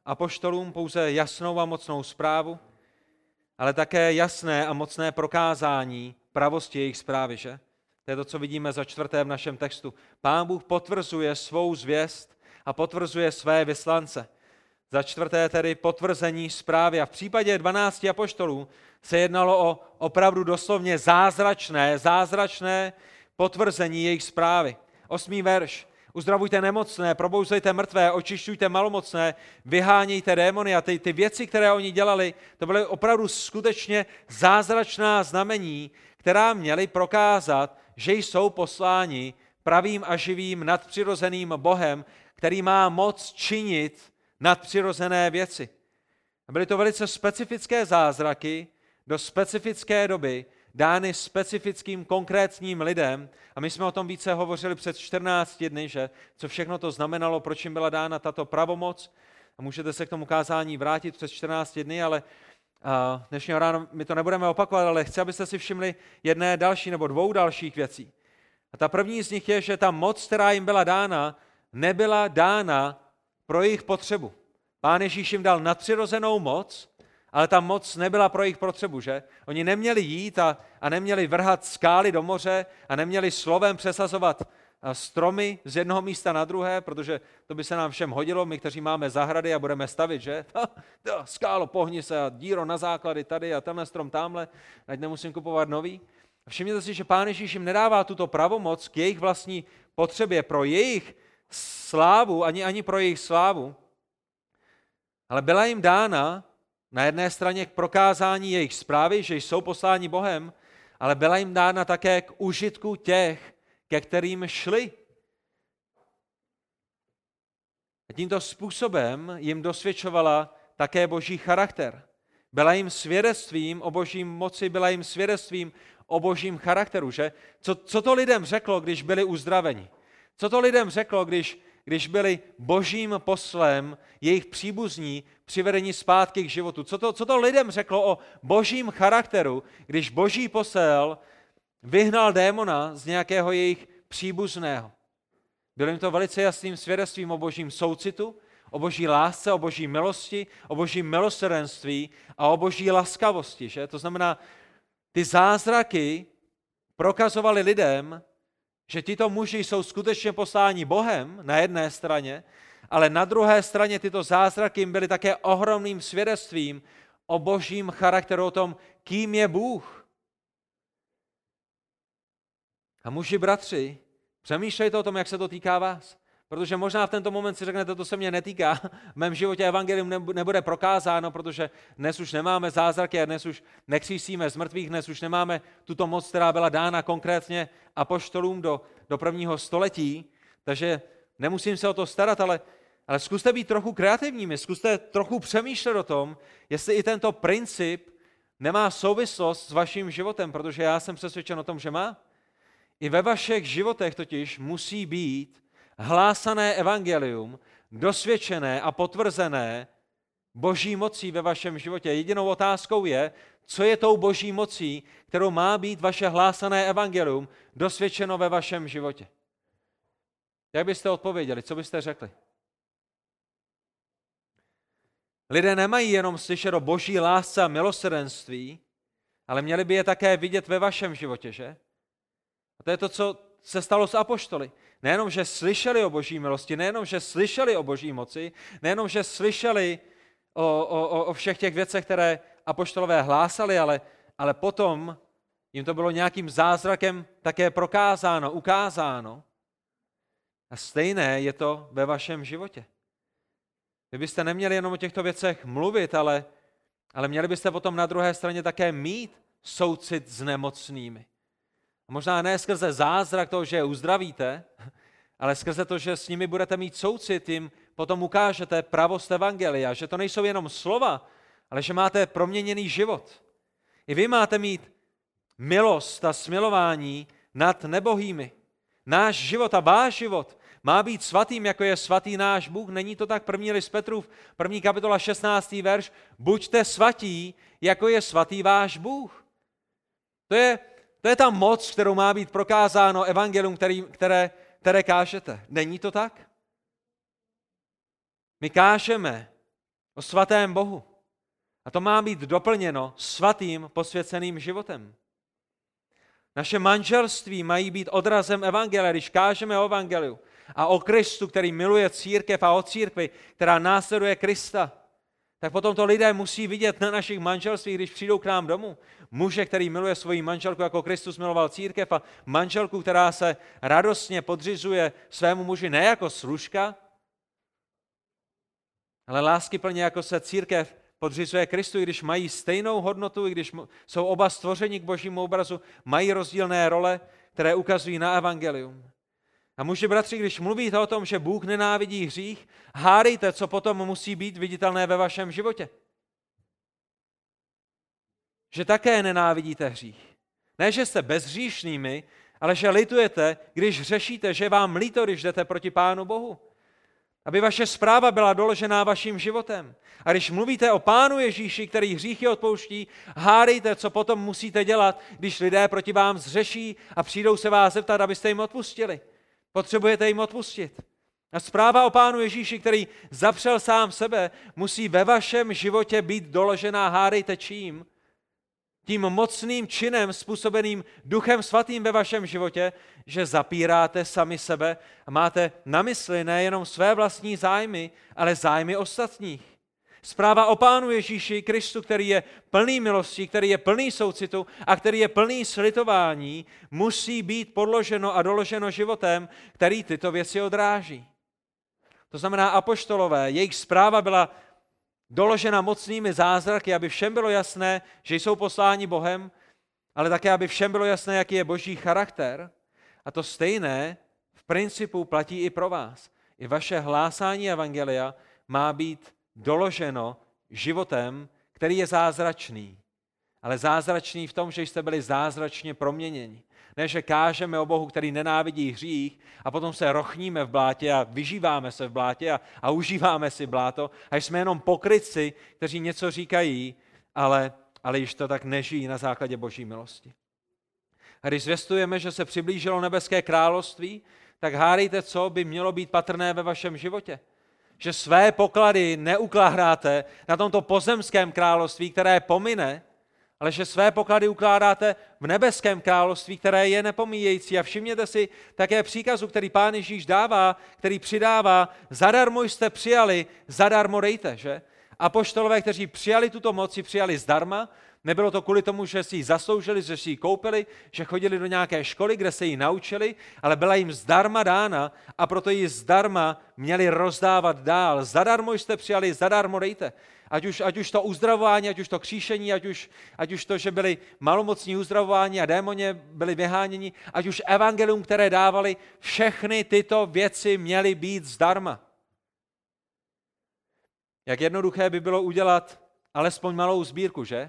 apoštolům pouze jasnou a mocnou zprávu, ale také jasné a mocné prokázání pravosti jejich zprávy, že? To je to, co vidíme za čtvrté v našem textu. Pán Bůh potvrzuje svou zvěst a potvrzuje své vyslance. Za čtvrté tedy potvrzení zprávy. A v případě dvanácti apoštolů se jednalo o opravdu doslovně zázračné, zázračné potvrzení jejich zprávy. Osmý verš. Uzdravujte nemocné, probouzejte mrtvé, očišťujte malomocné, vyhánějte démony. A ty, ty věci, které oni dělali, to byly opravdu skutečně zázračná znamení, která měly prokázat, že jsou posláni pravým a živým nadpřirozeným Bohem, který má moc činit nadpřirozené věci. A byly to velice specifické zázraky do specifické doby, dány specifickým konkrétním lidem. A my jsme o tom více hovořili před čtrnácti dny, že co všechno to znamenalo, proč jim byla dána tato pravomoc. A můžete se k tomu kázání vrátit před čtrnácti dny, ale dnešního ráno my to nebudeme opakovat, ale chci, abyste si všimli jedné další nebo dvou dalších věcí. A ta první z nich je, že ta moc, která jim byla dána, nebyla dána pro jejich potřebu. Pán Ježíš jim dal nadpřirozenou moc, ale ta moc nebyla pro jejich potřebu, že? Oni neměli jít a, a neměli vrhat skály do moře a neměli slovem přesazovat stromy z jednoho místa na druhé, protože to by se nám všem hodilo, my, kteří máme zahrady a budeme stavit, že? Skálo, pohni se a díro na základy tady a tenhle strom tamhle, ať nemusím kupovat nový. Všimněte si, že Pán Ježíš jim nedává tuto pravomoc k jejich vlastní potřebě, pro jejich slávu, ani, ani pro jejich slávu, ale byla jim dána na jedné straně k prokázání jejich zprávy, že jsou posláni Bohem, ale byla jim dána také k užitku těch, ke kterým šli. A tímto způsobem jim dosvědčovala také boží charakter. Byla jim svědectvím o boží moci, byla jim svědectvím o božím charakteru, že? Co, co to lidem řeklo, když byli uzdraveni? Co to lidem řeklo, když, když byli božím poslem jejich příbuzní přivedení zpátky k životu? Co to, co to lidem řeklo o božím charakteru, když boží posel vyhnal démona z nějakého jejich příbuzného? Bylo jim to velice jasným svědectvím o božím soucitu, o boží lásce, o boží milosti, o boží milosrdenství a o boží laskavosti. Že? To znamená, ty zázraky prokazovaly lidem, že tito muži jsou skutečně posláni Bohem na jedné straně, ale na druhé straně tyto zázraky jim byly také ohromným svědectvím o božím charakteru, o tom, kým je Bůh. A muži, bratři, přemýšlejte o tom, jak se to týká vás. Protože možná v tento moment si řeknete, to se mě netýká, v mém životě evangelium nebude prokázáno, protože dnes už nemáme zázraky a dnes už nekřísíme z mrtvých, dnes už nemáme tuto moc, která byla dána konkrétně apoštolům do, do prvního století, takže nemusím se o to starat, ale, ale zkuste být trochu kreativními, zkuste trochu přemýšlet o tom, jestli i tento princip nemá souvislost s vaším životem, protože já jsem přesvědčen o tom, že má. I ve vašich životech totiž musí být hlásané evangelium, dosvědčené a potvrzené boží mocí ve vašem životě. Jedinou otázkou je, co je tou boží mocí, kterou má být vaše hlásané evangelium dosvědčeno ve vašem životě. Jak byste odpověděli? Co byste řekli? Lidé nemají jenom slyšet o boží lásce a milosrdenství, ale měli by je také vidět ve vašem životě, že? A to je to, co se stalo s apoštoly. Nejenom, že slyšeli o boží milosti, nejenom, že slyšeli o boží moci, nejenom, že slyšeli o, o, o všech těch věcech, které apoštolové hlásali, ale, ale potom jim to bylo nějakým zázrakem také prokázáno, ukázáno. A stejné je to ve vašem životě. Vy byste neměli jenom o těchto věcech mluvit, ale, ale měli byste potom na druhé straně také mít soucit s nemocnými. A možná ne skrze zázrak toho, že je uzdravíte, ale skrze to, že s nimi budete mít soucit, jim potom ukážete pravost evangelia, že to nejsou jenom slova, ale že máte proměněný život. I vy máte mít milost a smilování nad nebohými. Náš život a váš život má být svatým, jako je svatý náš Bůh. Není to tak? První list Petrův, první kapitola, šestnáctý verš. Buďte svatí, jako je svatý váš Bůh. To je, to je ta moc, kterou má být prokázáno evangelium, který, které, které kážete. Není to tak? My kážeme o svatém Bohu. A to má být doplněno svatým posvěceným životem. Naše manželství mají být odrazem evangelia, když kážeme o evangeliu a o Kristu, který miluje církev a o církvi, která následuje Krista, tak potom to lidé musí vidět na našich manželstvích, když přijdou k nám domů. Muže, který miluje svoji manželku, jako Kristus miloval církev, a manželku, která se radostně podřizuje svému muži ne jako služka, ale láskyplně, jako se církev podřizuje Kristu, i když mají stejnou hodnotu, i když jsou oba stvořeni k božímu obrazu, mají rozdílné role, které ukazují na evangelium. A muži, bratři, když mluvíte o tom, že Bůh nenávidí hřích, hádejte, co potom musí být viditelné ve vašem životě. Že také nenávidíte hřích. Ne, že jste bezhříšnými, ale že litujete, když řešíte, že vám líto, když jdete proti Pánu Bohu. Aby vaše zpráva byla doložená vaším životem. A když mluvíte o Pánu Ježíši, který hříchy odpouští, hádejte, co potom musíte dělat, když lidé proti vám zřeší a přijdou se vás zeptat, abyste jim odpustili. Potřebujete jim odpustit. A zpráva o Pánu Ježíši, který zapřel sám sebe, musí ve vašem životě být doložená, hádejte čím? Tím mocným činem způsobeným Duchem Svatým ve vašem životě, že zapíráte sami sebe a máte na mysli nejenom své vlastní zájmy, ale zájmy ostatních. Zpráva o Pánu Ježíši Kristu, který je plný milosti, který je plný soucitu a který je plný slitování, musí být podloženo a doloženo životem, který tyto věci odráží. To znamená, apoštolové, jejich zpráva byla doložena mocnými zázraky, aby všem bylo jasné, že jsou posláni Bohem, ale také, aby všem bylo jasné, jaký je boží charakter. A to stejné v principu platí i pro vás. I vaše hlásání evangelia má být doloženo životem, který je zázračný. Ale zázračný v tom, že jste byli zázračně proměněni. Ne, že kážeme o Bohu, který nenávidí hřích, a potom se rochníme v blátě a vyžíváme se v blátě a, a užíváme si bláto a jsme jenom pokrytci, kteří něco říkají, ale, ale již to tak nežijí na základě boží milosti. A když zvěstujeme, že se přiblížilo nebeské království, tak hádejte, co by mělo být patrné ve vašem životě. Že své poklady neukládáte na tomto pozemském království, které pomine, ale že své poklady ukládáte v nebeském království, které je nepomíjející. A všimněte si také příkazu, který Pán Ježíš dává, který přidává: zadarmo jste přijali, zadarmo dejte, že? Apoštolové, kteří přijali tuto moc, přijali zdarma. Nebylo to kvůli tomu, že si ji zasloužili, že si ji koupili, že chodili do nějaké školy, kde se ji naučili, ale byla jim zdarma dána a proto ji zdarma měli rozdávat dál. Zadarmo jste přijali, zadarmo dejte. Ať už, ať už to uzdravování, ať už to kříšení, ať už, ať už to, že byli malomocní uzdravováni a démoně byli vyháněni, ať už evangelium, které dávali, všechny tyto věci měly být zdarma. Jak jednoduché by bylo udělat alespoň malou sbírku, že?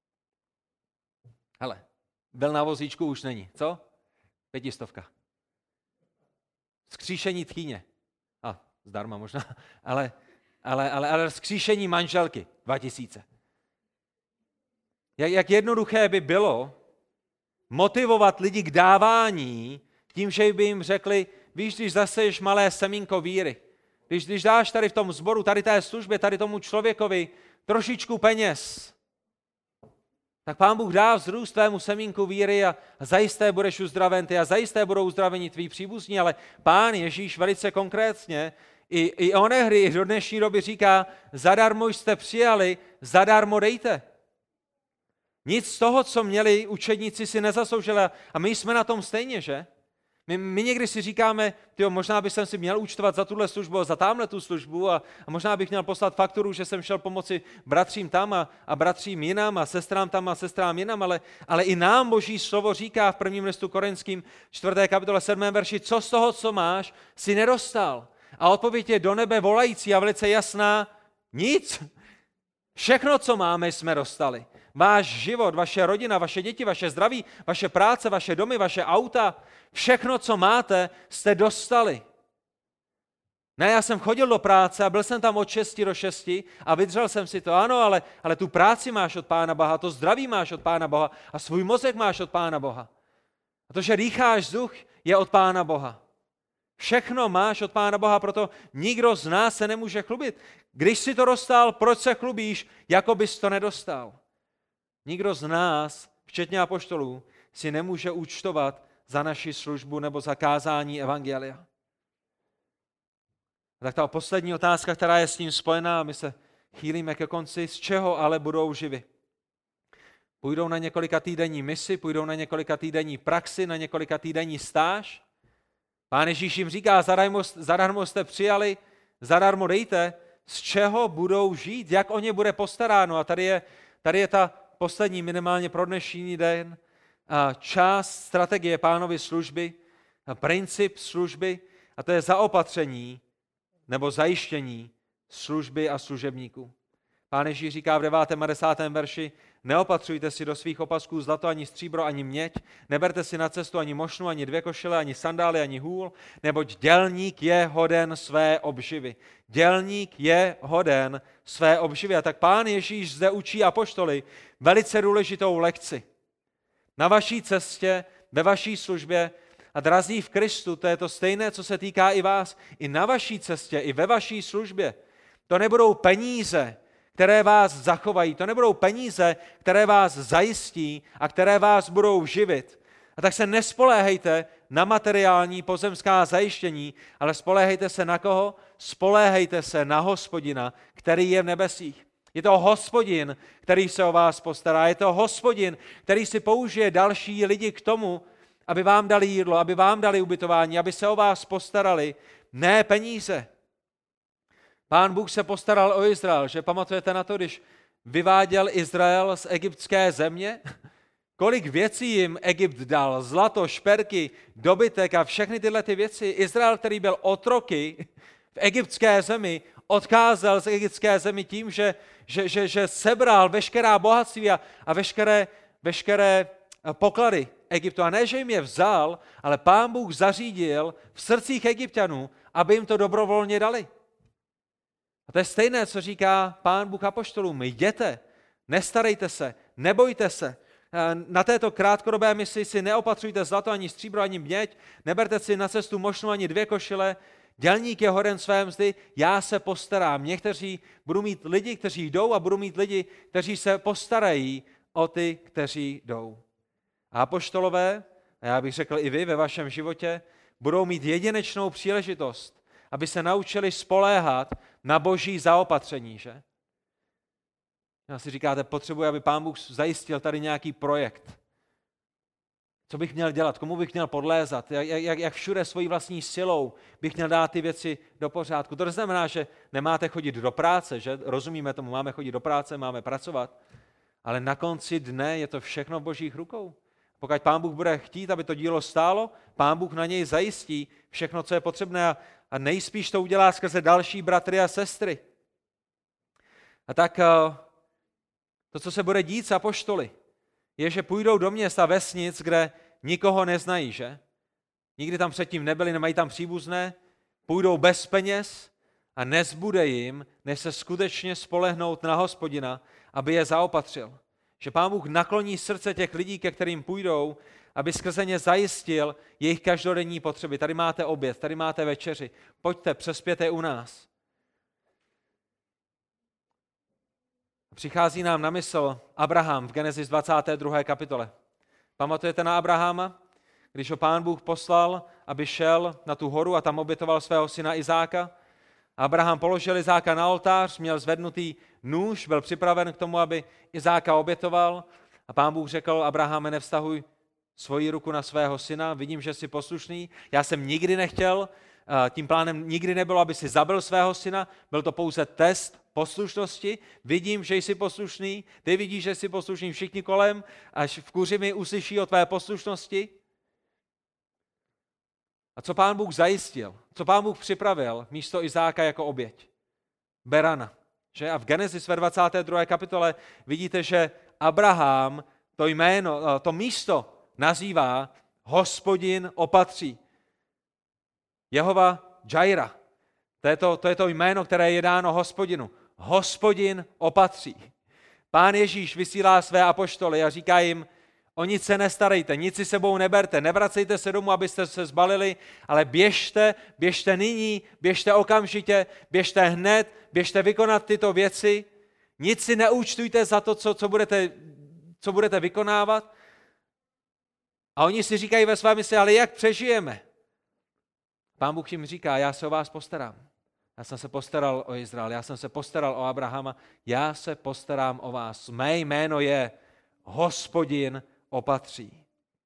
Hele, byl na vozíčku už není, co? Pětistovka. Vzkříšení tchýně. A, zdarma možná, ale... Ale, ale, ale vzkříšení manželky, dva tisíce. Jak, jak jednoduché by bylo motivovat lidi k dávání tím, že by jim řekli: víš, když zaseješ malé semínko víry, když, když dáš tady v tom sboru, tady té službě, tady tomu člověkovi trošičku peněz, tak Pán Bůh dá vzrůst tvému semínku víry a, a zajisté budeš uzdraven ty a zajisté budou uzdraveni tví příbuzní, ale Pán Ježíš velice konkrétně I, i onehdy, i do dnešní doby říká: zadarmo jste přijali, zadarmo dejte. Nic z toho, co měli učedníci, si nezasloužili a my jsme na tom stejně, že? My, my někdy si říkáme: tyjo, možná bych si měl účtovat za tuhle službu a za tamhle tu službu a, a možná bych měl poslat fakturu, že jsem šel pomoci bratřím tam a, a bratřím jinam a sestrám tam a sestrám jinam, ale, ale i nám Boží slovo říká v prvním listu Korinským čtvrté kapitole sedmém verši: co z toho, co máš, si nedostal. A odpověď je do nebe volající a velice jasná: nic. Všechno, co máme, jsme dostali. Váš život, vaše rodina, vaše děti, vaše zdraví, vaše práce, vaše domy, vaše auta, všechno, co máte, jste dostali. Ne, já jsem chodil do práce a byl jsem tam od šesti do šesti a vydržel jsem si to. Ano, ale, ale tu práci máš od Pána Boha, to zdraví máš od Pána Boha a svůj mozek máš od Pána Boha. A to, že dýcháš vzduch, je od Pána Boha. Všechno máš od Pána Boha, proto nikdo z nás se nemůže chlubit. Když jsi to dostal, proč se chlubíš, jako bys to nedostal? Nikdo z nás, včetně apoštolů, si nemůže účtovat za naši službu nebo za kázání evangelia. A tak ta poslední otázka, která je s tím spojená, my se chýlíme ke konci, z čeho ale budou živi? Půjdou na několika týdenní misi, půjdou na několika týdenní praxi, na několika týdenní stáž. Pán Ježíš jim říká, zadarmo, zadarmo jste přijali, zadarmo dejte, z čeho budou žít, jak o ně bude postaráno. A tady je, tady je ta poslední, minimálně pro dnešní den, část strategie Pánovy služby, princip služby, a to je zaopatření nebo zajištění služby a služebníků. Pán Ježíš říká v devátém a desátém verši, neopatřujte si do svých opasků zlato ani stříbro ani měď, neberte si na cestu ani mošnu, ani dvě košile, ani sandály, ani hůl, neboť dělník je hoden své obživy. Dělník je hoden své obživy. A tak Pán Ježíš zde učí apoštoly velice důležitou lekci. Na vaší cestě, ve vaší službě a drazí v Kristu, to je to stejné, co se týká i vás, i na vaší cestě, i ve vaší službě. To nebudou peníze, které vás zachovají, to nebudou peníze, které vás zajistí a které vás budou živit. A tak se nespoléhejte na materiální pozemská zajištění, ale spoléhejte se na koho? Spoléhejte se na Hospodina, který je v nebesích. Je to Hospodin, který se o vás postará. Je to Hospodin, který si použije další lidi k tomu, aby vám dali jídlo, aby vám dali ubytování, aby se o vás postarali, ne peníze. Pán Bůh se postaral o Izrael, že pamatujete na to, když vyváděl Izrael z egyptské země? Kolik věcí jim Egypt dal, zlato, šperky, dobytek a všechny tyhle ty věci. Izrael, který byl otroky v egyptské zemi, odcházel z egyptské zemi tím, že, že, že, že sebral veškerá bohatství a, a veškeré, veškeré poklady Egyptu. A ne, že jim je vzal, ale Pán Bůh zařídil v srdcích Egypťanů, aby jim to dobrovolně dali. A to je stejné, co říká Pán Bůh apoštolům. Jděte, nestarejte se, nebojte se. Na této krátkodobé misi si neopatřujte zlato, ani stříbro, ani měď, neberte si na cestu mošnu ani dvě košile, dělník je hoden své mzdy, já se postarám. Někteří budou mít lidi, kteří jdou a budou mít lidi, kteří se postarají o ty, kteří jdou. A apoštolové, a já bych řekl i vy ve vašem životě, budou mít jedinečnou příležitost, aby se naučili spoléhat na boží zaopatření, že? A si říkáte, potřebuji, aby Pán Bůh zajistil tady nějaký projekt. Co bych měl dělat? Komu bych měl podlézat? Jak, jak, jak všude svojí vlastní silou bych měl dát ty věci do pořádku? To znamená, že nemáte chodit do práce, že? Rozumíme tomu, máme chodit do práce, máme pracovat, ale na konci dne je to všechno v božích rukou. Pokud Pán Bůh bude chtít, aby to dílo stálo, Pán Bůh na něj zajistí všechno, co je potřebné a, a nejspíš to udělá skrze další bratry a sestry. A tak to, co se bude dít s apoštoly, je, že půjdou do měst a vesnic, kde nikoho neznají, že? Nikdy tam předtím nebyli, nemají tam příbuzné, půjdou bez peněz a nezbude jim, než se skutečně spolehnout na Hospodina, aby je zaopatřil. Že Pán Bůh nakloní srdce těch lidí, ke kterým půjdou, aby skrze ně zajistil jejich každodenní potřeby. Tady máte oběd, tady máte večeři, pojďte, přespěte u nás. Přichází nám na mysl Abraham v Genesis dvacáté druhé kapitole. Pamatujete na Abrahama? Když ho Pán Bůh poslal, aby šel na tu horu a tam obětoval svého syna Izáka. Abraham položil Izáka na oltář, měl zvednutý nůž, byl připraven k tomu, aby Izáka obětoval. A Pán Bůh řekl, Abrahame, nevztahuj svoji ruku na svého syna, vidím, že jsi poslušný. Já jsem nikdy nechtěl, tím plánem nikdy nebylo, aby si zabil svého syna, byl to pouze test poslušnosti. Vidím, že jsi poslušný, ty vidíš, že jsi poslušný, všichni kolem, až v kuři mi uslyší o tvé poslušnosti. A co Pán Bůh zajistil? Co Pán Bůh připravil místo Izáka jako oběť? Berana. Že? A v Genesis ve dvacáté druhé kapitole vidíte, že Abraham to jméno, to místo nazývá Hospodin opatří. Jehova Jaira. To je to, to je to jméno, které je dáno Hospodinu. Hospodin opatří. Pán Ježíš vysílá své apoštoly a říká jim, O nic se nestarejte, nic si sebou neberte, nevracejte se domů, abyste se zbalili, ale běžte, běžte nyní, běžte okamžitě, běžte hned, běžte vykonat tyto věci. Nic si neúčtujte za to, co, co, budete, co budete vykonávat. A oni si říkají ve své mysli, ale jak přežijeme? Pán Bůh jim říká, já se o vás postarám. Já jsem se postaral o Izrael, já jsem se postaral o Abrahama, já se postarám o vás. Mé jméno je Hospodin opatří.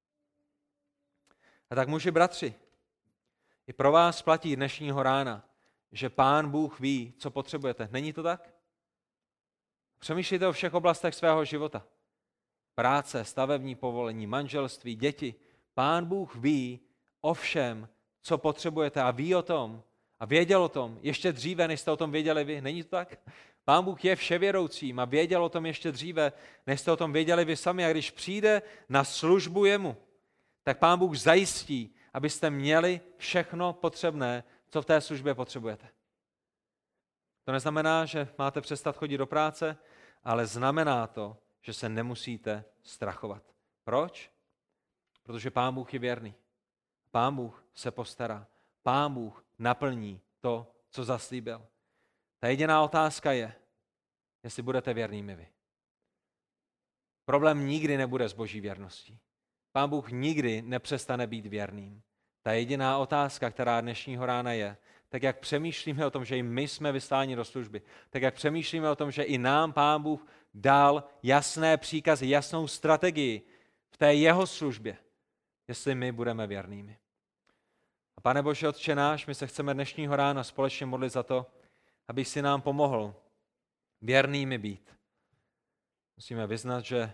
A tak muži, bratři, i pro vás platí dnešního rána, že Pán Bůh ví, co potřebujete. Není to tak? Přemýšlejte o všech oblastech svého života. Práce, stavební povolení, manželství, děti. Pán Bůh ví o všem, co potřebujete a ví o tom a věděl o tom ještě dříve, než jste o tom věděli vy. Není to tak? Pán Bůh je vševědoucím a věděl o tom ještě dříve, než jste o tom věděli vy sami. A když přijde na službu jemu, tak Pán Bůh zajistí, abyste měli všechno potřebné, co v té službě potřebujete. To neznamená, že máte přestat chodit do práce, ale znamená to, že se nemusíte strachovat. Proč? Protože Pán Bůh je věrný. Pán Bůh se postará. Pán Bůh naplní to, co zaslíbil. Ta jediná otázka je, jestli budete věrnými vy. Problém nikdy nebude s Boží věrností. Pán Bůh nikdy nepřestane být věrným. Ta jediná otázka, která dnešního rána je, tak jak přemýšlíme o tom, že i my jsme vysláni do služby, tak jak přemýšlíme o tom, že i nám Pán Bůh dal jasné příkazy, jasnou strategii v té jeho službě, jestli my budeme věrnými. A Pane Bože, Otče náš, my se chceme dnešního rána společně modlit za to, aby si nám pomohl věrnými být. Musíme vyznat, že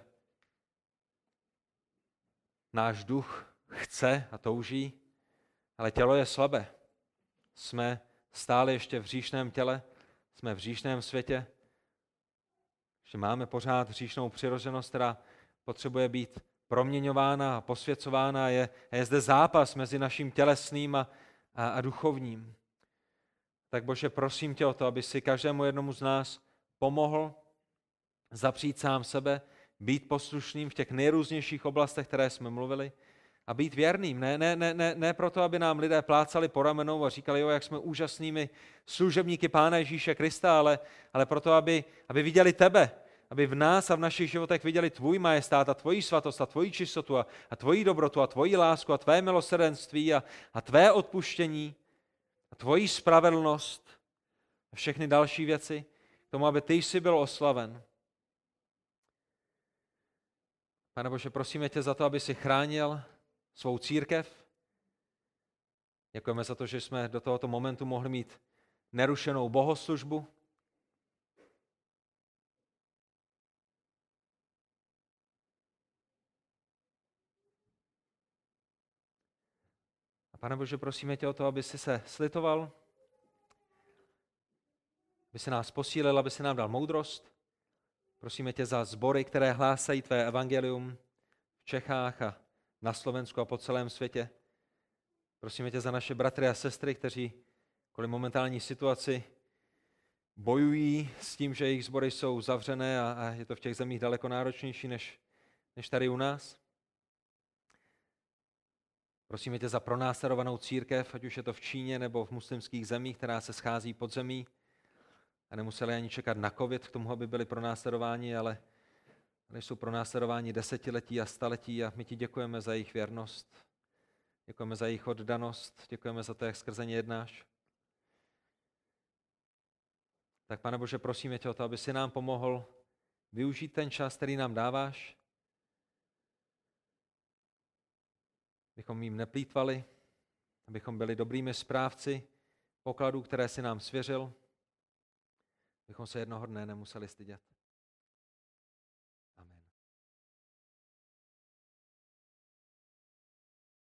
náš duch chce a touží, ale tělo je slabé. Jsme stále ještě v hříšném těle, jsme v hříšném světě, že máme pořád hříšnou přirozenost, která potřebuje být proměňována a posvěcována. Je, je zde zápas mezi naším tělesným a, a, a duchovním. Tak Bože, prosím tě o to, aby si každému jednomu z nás pomohl zapřít sám sebe, být poslušným v těch nejrůznějších oblastech, které jsme mluvili, a být věrným. Ne, ne, ne, ne, ne proto, aby nám lidé plácali po ramenou a říkali, jo, jak jsme úžasnými služebníky Pána Ježíše Krista, ale, ale proto, aby, aby viděli tebe, aby v nás a v našich životech viděli tvůj majestát a tvoji svatost a tvoji čistotu a, a tvoji dobrotu a tvoji lásku a tvé milosrdenství a, a tvé odpuštění a tvoji spravedlnost a všechny další věci, k tomu, aby ty jsi byl oslaven. Pane Bože, prosíme tě za to, aby si chránil svou církev. Děkujeme za to, že jsme do tohoto momentu mohli mít nerušenou bohoslužbu. A Pane Bože, prosíme tě o to, aby si se slitoval, aby si nás posílil, aby si nám dal moudrost. Prosíme tě za sbory, které hlásají tvé evangelium v Čechách a na Slovensku a po celém světě. Prosíme tě za naše bratry a sestry, kteří kvůli momentální situaci bojují s tím, že jejich sbory jsou zavřené a, a je to v těch zemích daleko náročnější než, než tady u nás. Prosíme tě za pronásledovanou církev, ať už je to v Číně nebo v muslimských zemích, která se schází pod zemí a nemuseli ani čekat na covid k tomu, aby byli pronásledováni, ale, ale jsou pronásledováni desetiletí a staletí a my ti děkujeme za jejich věrnost. Děkujeme za jejich oddanost, děkujeme za to, jak skrze ně jednáš. Tak Pane Bože, prosíme tě o to, aby si nám pomohl využít ten čas, který nám dáváš, abychom jim neplýtvali, abychom byli dobrými správci pokladů, které si nám svěřil, abychom se jednoho dne nemuseli stydět.